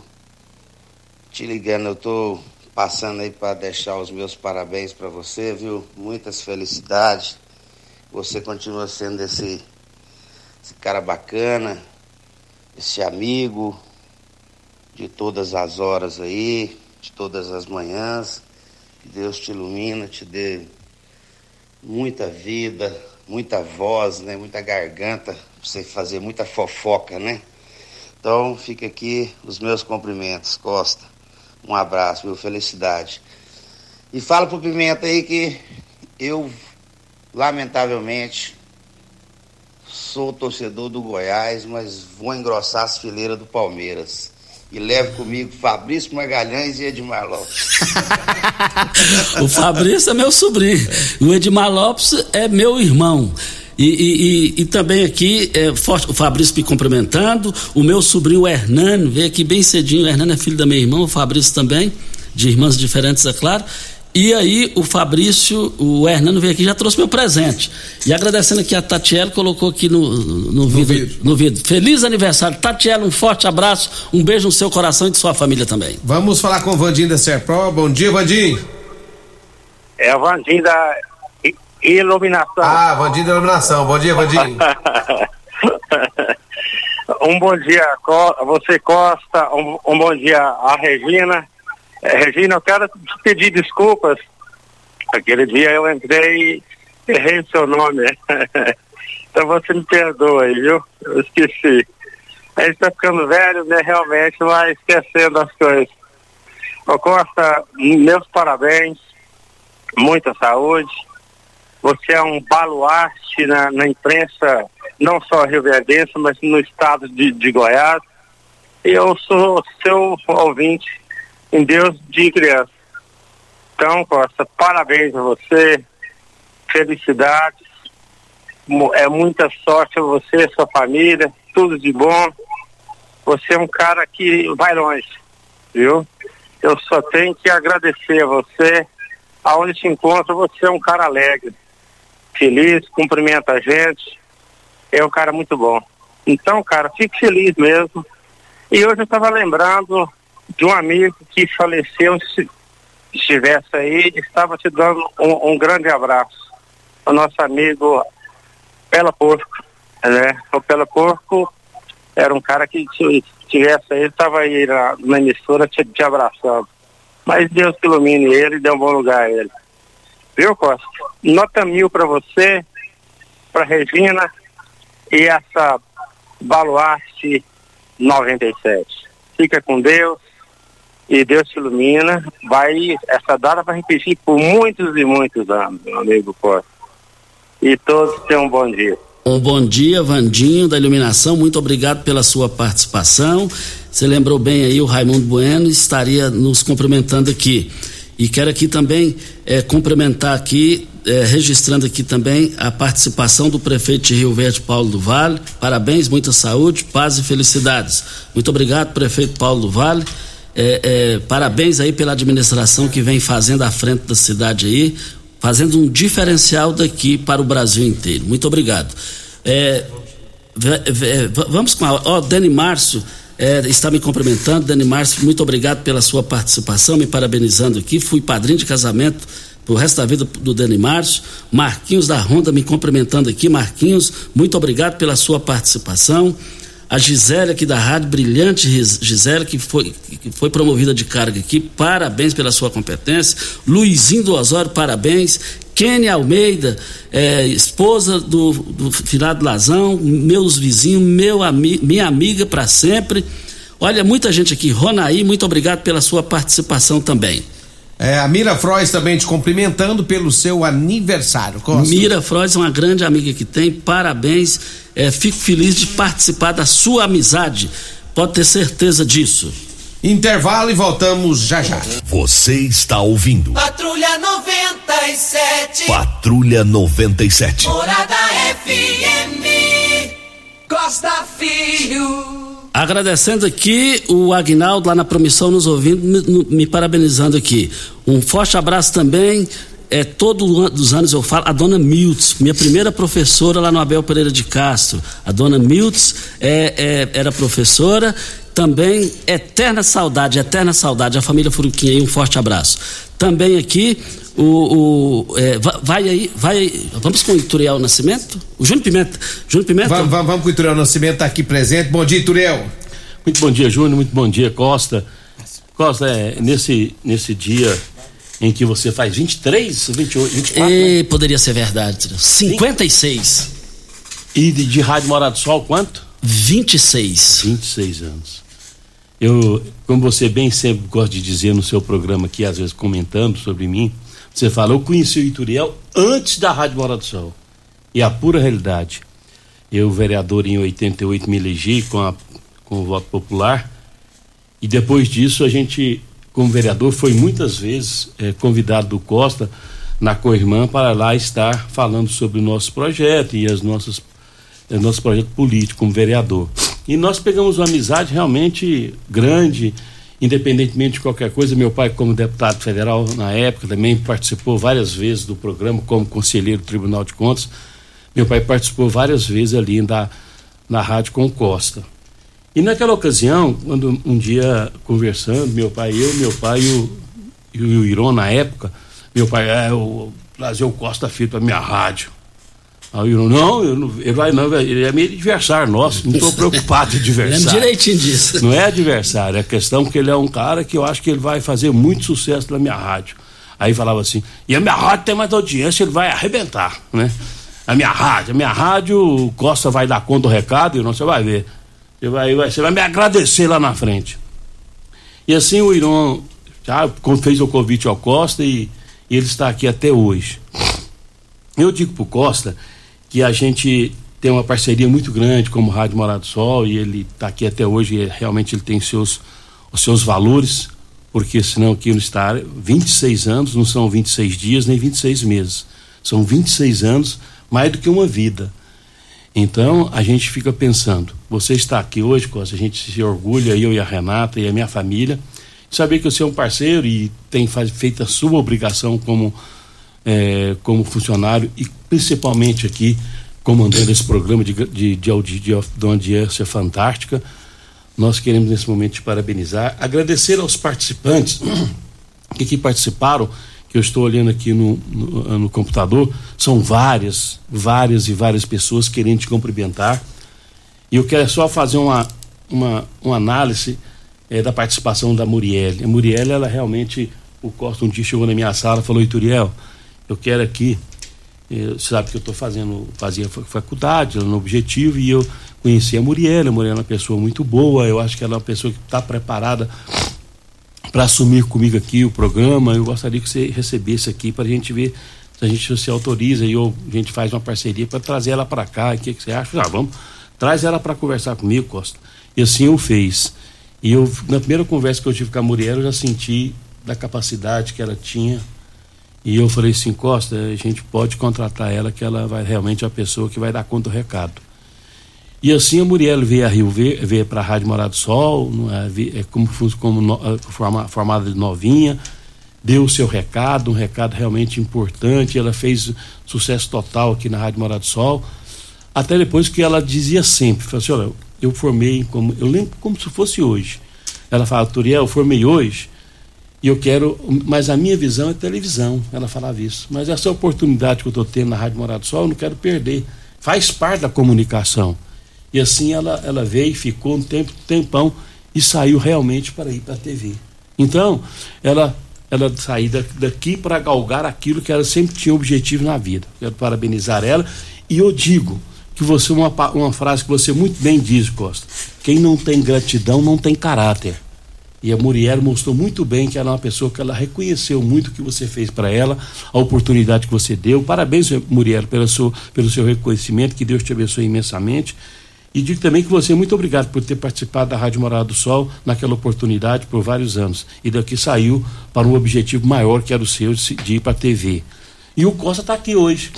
te ligando, eu tô passando aí para deixar os meus parabéns para você, viu? Muitas felicidades. Você continua sendo esse, esse cara bacana, esse amigo de todas as horas aí, de todas as manhãs. Que Deus te ilumina, te dê muita vida, muita voz, né? Muita garganta, pra você fazer muita fofoca, né? Então, fica aqui os meus cumprimentos, Costa. Um abraço, viu? Felicidade. E fala pro Pimenta aí que eu, lamentavelmente, sou torcedor do Goiás, mas vou engrossar as fileiras do Palmeiras. E levo comigo Fabrício Magalhães e Edmar Lopes. O Fabrício é meu sobrinho. O Edmar Lopes é meu irmão. E, e, e, e também aqui, é, forte, o Fabrício me cumprimentando, o meu sobrinho Hernando veio aqui bem cedinho. O Hernando é filho da minha irmã, o Fabrício também, de irmãs diferentes, é claro. E aí o Fabrício, o Hernando veio aqui e já trouxe meu presente. E agradecendo aqui a Tatiela, colocou aqui no, no, no, vidro, vidro. no vidro. Feliz aniversário, Tatiela, um forte abraço, um beijo no seu coração e de sua família também. Vamos falar com o Vandinho da Serpro. Bom dia, Vandinho. É o Vandinho da Iluminação. Ah, Vandinho da Iluminação. Bom dia, Vandinho. Um bom dia a você, Costa. Um, um bom dia a Regina. É, Regina, eu quero te pedir desculpas. Aquele dia eu entrei e errei o seu nome. Então você me perdoa aí, viu? Eu esqueci. A gente tá ficando velho, né? Realmente vai esquecendo as coisas. Ô Costa, meus parabéns. Muita saúde. Você é um baluarte na, na imprensa, não só rioverdense, mas no estado de, de Goiás. E eu sou seu ouvinte em Deus de criança. Então, Costa, parabéns a você, felicidades, é muita sorte a você, a sua família, tudo de bom. Você é um cara que vai longe, viu? Eu só tenho que agradecer a você. Aonde te encontro, você é um cara alegre, feliz, cumprimenta a gente, é um cara muito bom. Então, cara, fique feliz mesmo. E hoje eu estava lembrando de um amigo que faleceu, se estivesse aí, estava te dando um, um grande abraço. O nosso amigo Pela Porco, né? O Pela Porco era um cara que se estivesse aí, estava aí na, na emissora te, te abraçando. Mas Deus que ilumine ele e dê um bom lugar a ele. Viu, Costa? Nota mil para você, para Regina e essa Baluarte noventa e sete. Fica com Deus e Deus te ilumina. Vai, essa data vai repetir por muitos e muitos anos, meu amigo Costa. E todos tenham um bom dia. Um bom dia, Vandinho da Iluminação, muito obrigado pela sua participação. Você lembrou bem aí, o Raimundo Bueno estaria nos cumprimentando aqui. E quero aqui também é, cumprimentar aqui, é, registrando aqui também a participação do prefeito de Rio Verde, Paulo do Vale. Parabéns, muita saúde, paz e felicidades. Muito obrigado, prefeito Paulo do Vale. É, é, parabéns aí pela administração que vem fazendo à frente da cidade aí, fazendo um diferencial daqui para o Brasil inteiro. Muito obrigado. É, vamos com a... Ó, oh, Dani Márcio é, está me cumprimentando. Dani Márcio, muito obrigado pela sua participação, me parabenizando aqui. Fui padrinho de casamento pro resto da vida do Dani Márcio. Marquinhos da Honda me cumprimentando aqui. Marquinhos, muito obrigado pela sua participação. A Gisele aqui da rádio, brilhante Gisele, que foi, que foi promovida de carga aqui, parabéns pela sua competência. Luizinho do Osório, parabéns. Kenny Almeida, é, esposa do, do finado Lazão, meus vizinhos, meu ami, minha amiga para sempre. Olha, muita gente aqui. Ronaí, muito obrigado pela sua participação também. É, a Mira Frois também te cumprimentando pelo seu aniversário. Costa. Mira Frois é uma grande amiga que tem, parabéns, é, fico feliz de participar da sua amizade, pode ter certeza disso. Intervalo e voltamos já já. Você está ouvindo Patrulha noventa e sete. Patrulha noventa e sete. Morada F M. Costa Filho. Agradecendo aqui o Agnaldo lá na Promissão nos ouvindo, me, me parabenizando aqui. Um forte abraço também, é, todos os anos eu falo, a dona Miltz, minha primeira professora lá no Abel Pereira de Castro. A dona Miltz é, é, era professora, também eterna saudade, eterna saudade, a família Furuquinha aí, um forte abraço. Também aqui, o, o é, vai aí, vai aí, vamos com o Ituriel Nascimento? O Júnior Pimenta, Júnior Pimenta? Vamos, vamos, vamos com o Ituriel Nascimento, tá aqui presente. Bom dia, Ituriel. Muito bom dia, Júnior, muito bom dia, Costa. Costa, é, nesse, nesse dia em que você faz vinte e três, vinte e oito, vinte e quatro, e, né? Poderia ser verdade, cinquenta e seis. E de, de Rádio Morada do Sol, quanto? vinte e seis. vinte e seis anos. Eu, como você bem sempre gosta de dizer no seu programa aqui, às vezes comentando sobre mim, você fala, eu conheci o Ituriel antes da Rádio Morada do Sol. E a pura realidade, eu, vereador, em oitenta e oito me elegi com, a, com o voto popular, e depois disso a gente, como vereador, foi muitas vezes é, convidado do Costa na Coirmã para lá estar falando sobre o nosso projeto e as nossas, é, nosso projeto político como vereador. E nós pegamos uma amizade realmente grande, independentemente de qualquer coisa. Meu pai, como deputado federal na época, também participou várias vezes do programa como conselheiro do Tribunal de Contas. Meu pai participou várias vezes ali na, na rádio com o Costa. E naquela ocasião, quando um dia conversando, meu pai, eu, meu pai e o, e o Iron na época, meu pai, é, eu trazer o Costa Filho para minha rádio. Aí o Iron, não, eu não, ele vai não, ele é meio adversário nosso, não estou preocupado de adversário. Lembro direitinho disso. Não é adversário, é questão que ele é um cara que eu acho que ele vai fazer muito sucesso na minha rádio. Aí falava assim, e a minha rádio tem mais audiência, ele vai arrebentar, né? A minha rádio, a minha rádio, o Costa vai dar conta do recado, e não, você vai ver. Você vai, vai, você vai me agradecer lá na frente. E assim o Iron já fez o convite ao Costa e, e ele está aqui até hoje. Eu digo pro Costa que a gente tem uma parceria muito grande como Rádio Morada do Sol, e ele está aqui até hoje, e realmente ele tem seus, os seus valores porque senão aqui no estado, vinte e seis anos, não são vinte e seis dias nem vinte e seis meses, são vinte e seis anos, mais do que uma vida. Então a gente fica pensando, você está aqui hoje, Costa, a gente se orgulha, eu e a Renata e a minha família, saber que você é um parceiro e tem faz, feito a sua obrigação como, é, como funcionário e principalmente aqui comandando esse programa de, de, de, audi, de, de uma audiência fantástica. Nós queremos nesse momento te parabenizar, agradecer aos participantes que aqui participaram, que eu estou olhando aqui no, no, no computador, são várias, várias e várias pessoas querendo te cumprimentar, e eu quero só fazer uma, uma, uma análise é, da participação da Muriele. A Muriele, ela realmente, o Costa um dia chegou na minha sala e falou: Ituriel, eu quero aqui, você sabe que eu estou fazendo, fazia faculdade no Objetivo, e eu conheci a Muriele. A Muriele é uma pessoa muito boa, eu acho que ela é uma pessoa que está preparada para assumir comigo aqui o programa. Eu gostaria que você recebesse aqui para a gente ver se a gente se autoriza e eu, a gente faz uma parceria para trazer ela para cá. O que, que você acha? Ah, vamos, traz ela para conversar comigo, Costa. E assim eu fiz. E eu, na primeira conversa que eu tive com a Muriel, eu já senti da capacidade que ela tinha. E eu falei assim: Costa, a gente pode contratar ela, que ela vai realmente é a pessoa que vai dar conta do recado. E assim a Muriel veio a Rio, veio, veio para a Rádio Morada do Sol, é, é como, como no, forma, formada de novinha, deu o seu recado, um recado realmente importante. Ela fez sucesso total aqui na Rádio Morada do Sol, até depois que ela dizia sempre, falou assim: olha, eu formei, como, eu lembro como se fosse hoje. Ela fala: Turiel, eu formei hoje e eu quero, mas a minha visão é televisão. Ela falava isso, mas essa oportunidade que eu estou tendo na Rádio Morada do Sol eu não quero perder, faz parte da comunicação. E assim ela, ela veio, ficou um tempo, tempão e saiu realmente para ir para a T V. Então, ela, ela saiu daqui para galgar aquilo que ela sempre tinha objetivo na vida. Quero parabenizar ela. E eu digo que você, uma, uma frase que você muito bem diz, Costa: quem não tem gratidão não tem caráter. E a Muriel mostrou muito bem que ela é uma pessoa que ela reconheceu muito o que você fez para ela, a oportunidade que você deu. Parabéns, Muriel, pelo seu, pelo seu reconhecimento, que Deus te abençoe imensamente. E digo também que você é muito obrigado por ter participado da Rádio Morada do Sol naquela oportunidade por vários anos. E daqui saiu para um objetivo maior, que era o seu, de ir para a T V. E o Costa está aqui hoje.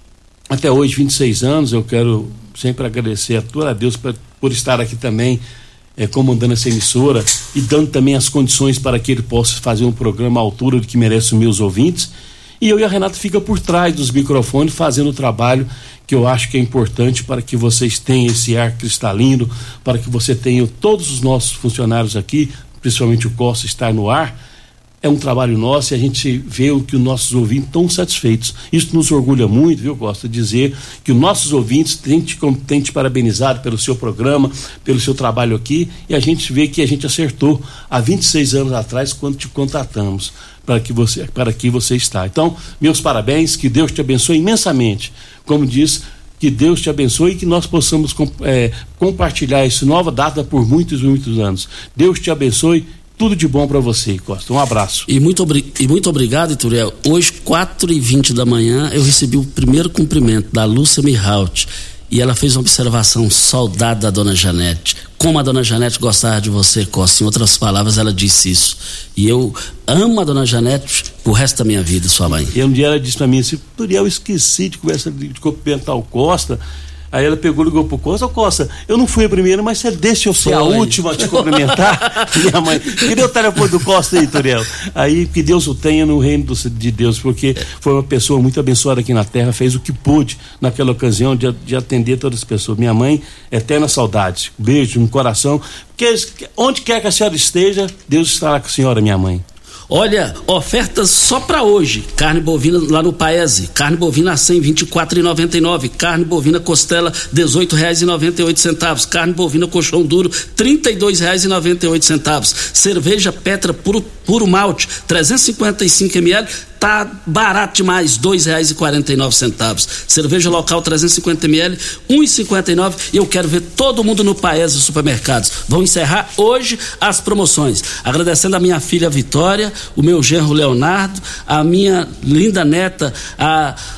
Até hoje, vinte e seis anos, eu quero sempre agradecer a toda a Deus por, por estar aqui também, é, comandando essa emissora e dando também as condições para que ele possa fazer um programa à altura do que merece os meus ouvintes. E eu e a Renata fica por trás dos microfones fazendo o trabalho que eu acho que é importante para que vocês tenham esse ar cristalino, para que você tenha todos os nossos funcionários aqui, principalmente o Costa, estar no ar. É um trabalho nosso e a gente vê o que os nossos ouvintes estão satisfeitos. Isso nos orgulha muito, viu, Costa, dizer que os nossos ouvintes têm te, têm te parabenizado pelo seu programa, pelo seu trabalho aqui, e a gente vê que a gente acertou há vinte e seis anos atrás, quando te contratamos para que você, para que você está. Então, meus parabéns, que Deus te abençoe imensamente. Como diz, que Deus te abençoe e que nós possamos é, compartilhar essa nova data por muitos e muitos anos. Deus te abençoe. Tudo de bom para você, Costa. Um abraço. E muito, obri- e muito obrigado, Ituriel. Hoje, quatro e vinte da manhã, eu recebi o primeiro cumprimento da Lúcia Mihalt. E ela fez uma observação: saudade da dona Janete. Como a dona Janete gostava de você, Costa. Em outras palavras, ela disse isso. E eu amo a dona Janete pro resto da minha vida, sua mãe. E um dia ela disse para mim assim: Ituriel, eu esqueci de, conversa, de cumprimentar o Costa. Aí ela pegou e ligou pro Costa: Costa, eu não fui a primeira, mas você deixa eu ser a última a te cumprimentar. Minha mãe, queria o telefone do Costa aí, Turiel. Aí, que Deus o tenha no reino do, de Deus, porque foi uma pessoa muito abençoada aqui na terra, fez o que pôde naquela ocasião de, de atender todas as pessoas. Minha mãe, eterna saudade, beijo no coração, porque onde quer que a senhora esteja, Deus estará com a senhora, minha mãe. Olha, ofertas só para hoje: carne bovina lá no Paese, carne bovina a cem, vinte e quatro reais e noventa e nove centavos, carne bovina costela, dezoito reais e noventa e oito centavos, carne bovina colchão duro, trinta e dois reais e noventa e oito centavos, cerveja Petra puro, puro malte, trezentos e cinquenta e cinco mililitros, tá barato demais, dois reais e quarenta e nove centavos, cerveja local trezentos e cinquenta mililitros, um real e cinquenta e nove centavos. E eu quero ver todo mundo no Paese Supermercados. Vão encerrar hoje as promoções, agradecendo a minha filha Vitória, o meu genro Leonardo, a minha linda neta, a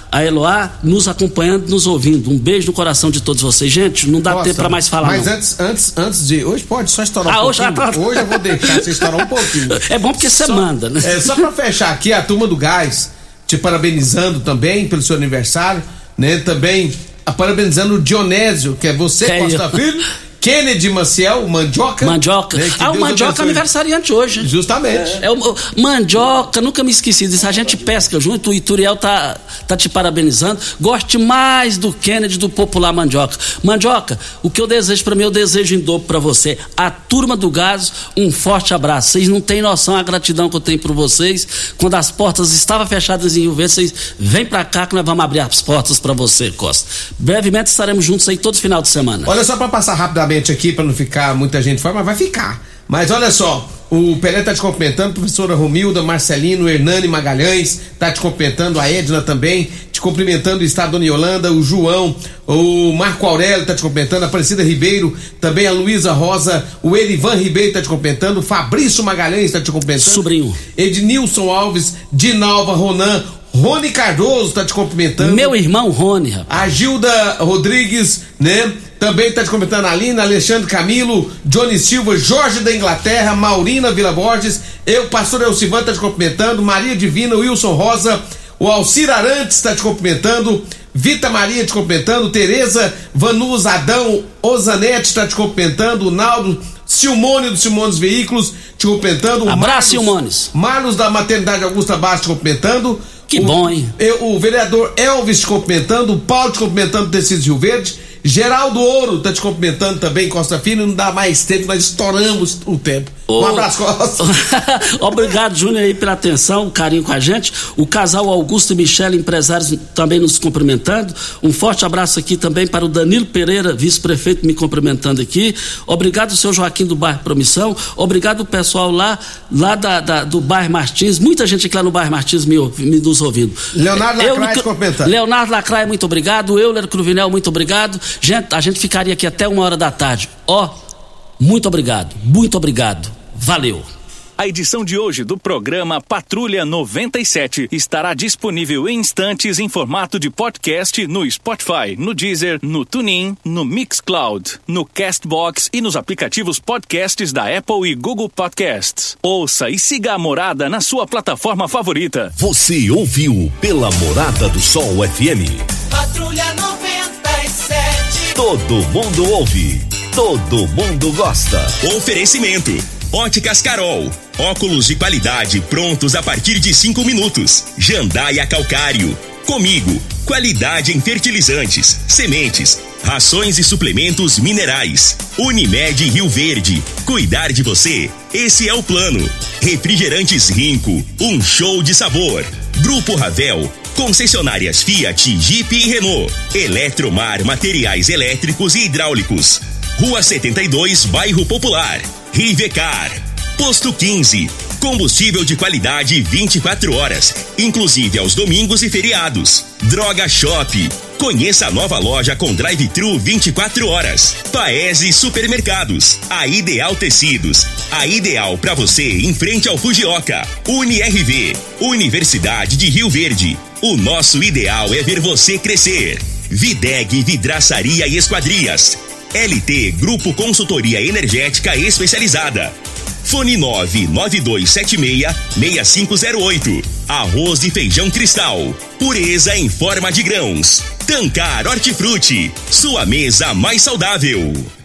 a Eloá nos acompanhando, nos ouvindo. Um beijo no coração de todos vocês. Gente, não dá Nossa, tempo para mais falar. Mas não. Antes, antes, antes de. Hoje pode só estourar ah, um hoje, pouquinho. tá... Hoje eu vou deixar você estourar um pouquinho. É bom porque você só, manda, né? É, só pra fechar aqui, a turma do Gás te parabenizando também pelo seu aniversário, né? Também a parabenizando o Dionésio, que é você, é Costa eu. Filho. Kennedy Maciel, Mandioca. Mandioca. Né, ah, o Deus Mandioca é abençoe. aniversariante hoje. Justamente. É, é o, o Mandioca, nunca me esqueci disso. A gente pesca junto, o Ituriel tá, tá te parabenizando. Goste mais do Kennedy, do popular Mandioca. Mandioca, o que eu desejo pra mim, eu desejo em dobro pra você. A turma do Gás, um forte abraço. Vocês não têm noção a gratidão que eu tenho por vocês. Quando as portas estavam fechadas em Rio Verde, vocês vêm pra cá que nós vamos abrir as portas pra você, Costa. Brevemente estaremos juntos aí todo final de semana. Olha só, pra passar rapidamente aqui, pra não ficar muita gente fora, mas vai ficar. Mas olha só, o Pelé tá te cumprimentando, professora Romilda, Marcelino, Hernani Magalhães, tá te cumprimentando, a Edna também, te cumprimentando o Estado Dona Yolanda, o João, o Marco Aurélio tá te cumprimentando, a Aparecida Ribeiro, também a Luísa Rosa, o Erivan Ribeiro tá te cumprimentando, o Fabrício Magalhães tá te cumprimentando. Sobrinho. Ednilson Alves, Dinalva Ronan, Rony Cardoso tá te cumprimentando. Meu irmão Rony, rapaz. A Gilda Rodrigues, né? Também tá te cumprimentando a Alina, Alexandre Camilo, Johnny Silva, Jorge da Inglaterra, Maurina Vila Borges, eu, pastor Elcivan, tá te cumprimentando, Maria Divina, Wilson Rosa, o Alcir Arantes tá te cumprimentando, Vita Maria te cumprimentando, Tereza Vanus Adão Ozanete tá te cumprimentando, o Naldo Silmone do Silmones Veículos te cumprimentando. Abraço, Silmones. Marlos da Maternidade Augusta Bastos te cumprimentando. Que o, bom, hein? O, o vereador Elvis te cumprimentando, o Paulo te cumprimentando, Tecido Rio Verde. Geraldo Ouro tá te cumprimentando também, Costa Filho. Não dá mais tempo, nós estouramos o tempo. Oh. Um abraço, Costa. Obrigado, Júnior, aí pela atenção, carinho com a gente. O casal Augusto e Michele, empresários, também nos cumprimentando. Um forte abraço aqui também para o Danilo Pereira, vice-prefeito, me cumprimentando aqui. Obrigado, seu Joaquim do bairro Promissão. Obrigado, pessoal lá, lá da, da, do bairro Martins. Muita gente aqui lá no bairro Martins me, me nos ouvindo. Leonardo Lacraia te cumprimentando. Leonardo Lacraia, muito obrigado. Euler Cruvinel, muito obrigado. Gente, a gente ficaria aqui até uma hora da tarde. Ó, oh, muito obrigado, muito obrigado. Valeu. A edição de hoje do programa Patrulha noventa e sete estará disponível em instantes em formato de podcast no Spotify, no Deezer, no TuneIn, no Mixcloud, no Castbox e nos aplicativos podcasts da Apple e Google Podcasts. Ouça e siga a Morada na sua plataforma favorita. Você ouviu pela Morada do Sol F M. Patrulha noventa e sete. Todo mundo ouve, todo mundo gosta. Oferecimento: Óticas Carol, óculos de qualidade prontos a partir de cinco minutos. Jandaia Calcário, comigo, qualidade em fertilizantes, sementes, rações e suplementos minerais. Unimed Rio Verde, cuidar de você, esse é o plano. Refrigerantes Rinco, um show de sabor. Grupo Ravel, concessionárias Fiat, Jeep e Renault. Eletromar, materiais elétricos e hidráulicos. Rua setenta e dois, Bairro Popular. Rivecar. Posto quinze. Combustível de qualidade vinte e quatro horas, inclusive aos domingos e feriados. Droga Shop. Conheça a nova loja com drive-thru vinte e quatro horas. Paese Supermercados. A Ideal Tecidos. A ideal para você em frente ao Fujioka. Uni R V. Universidade de Rio Verde. O nosso ideal é ver você crescer. Videg Vidraçaria e Esquadrias. L T Grupo Consultoria Energética Especializada. Fone nove nove dois sete seis, seis cinco zero oito. Arroz e feijão Cristal. Pureza em forma de grãos. Tancar Hortifruti. Sua mesa mais saudável.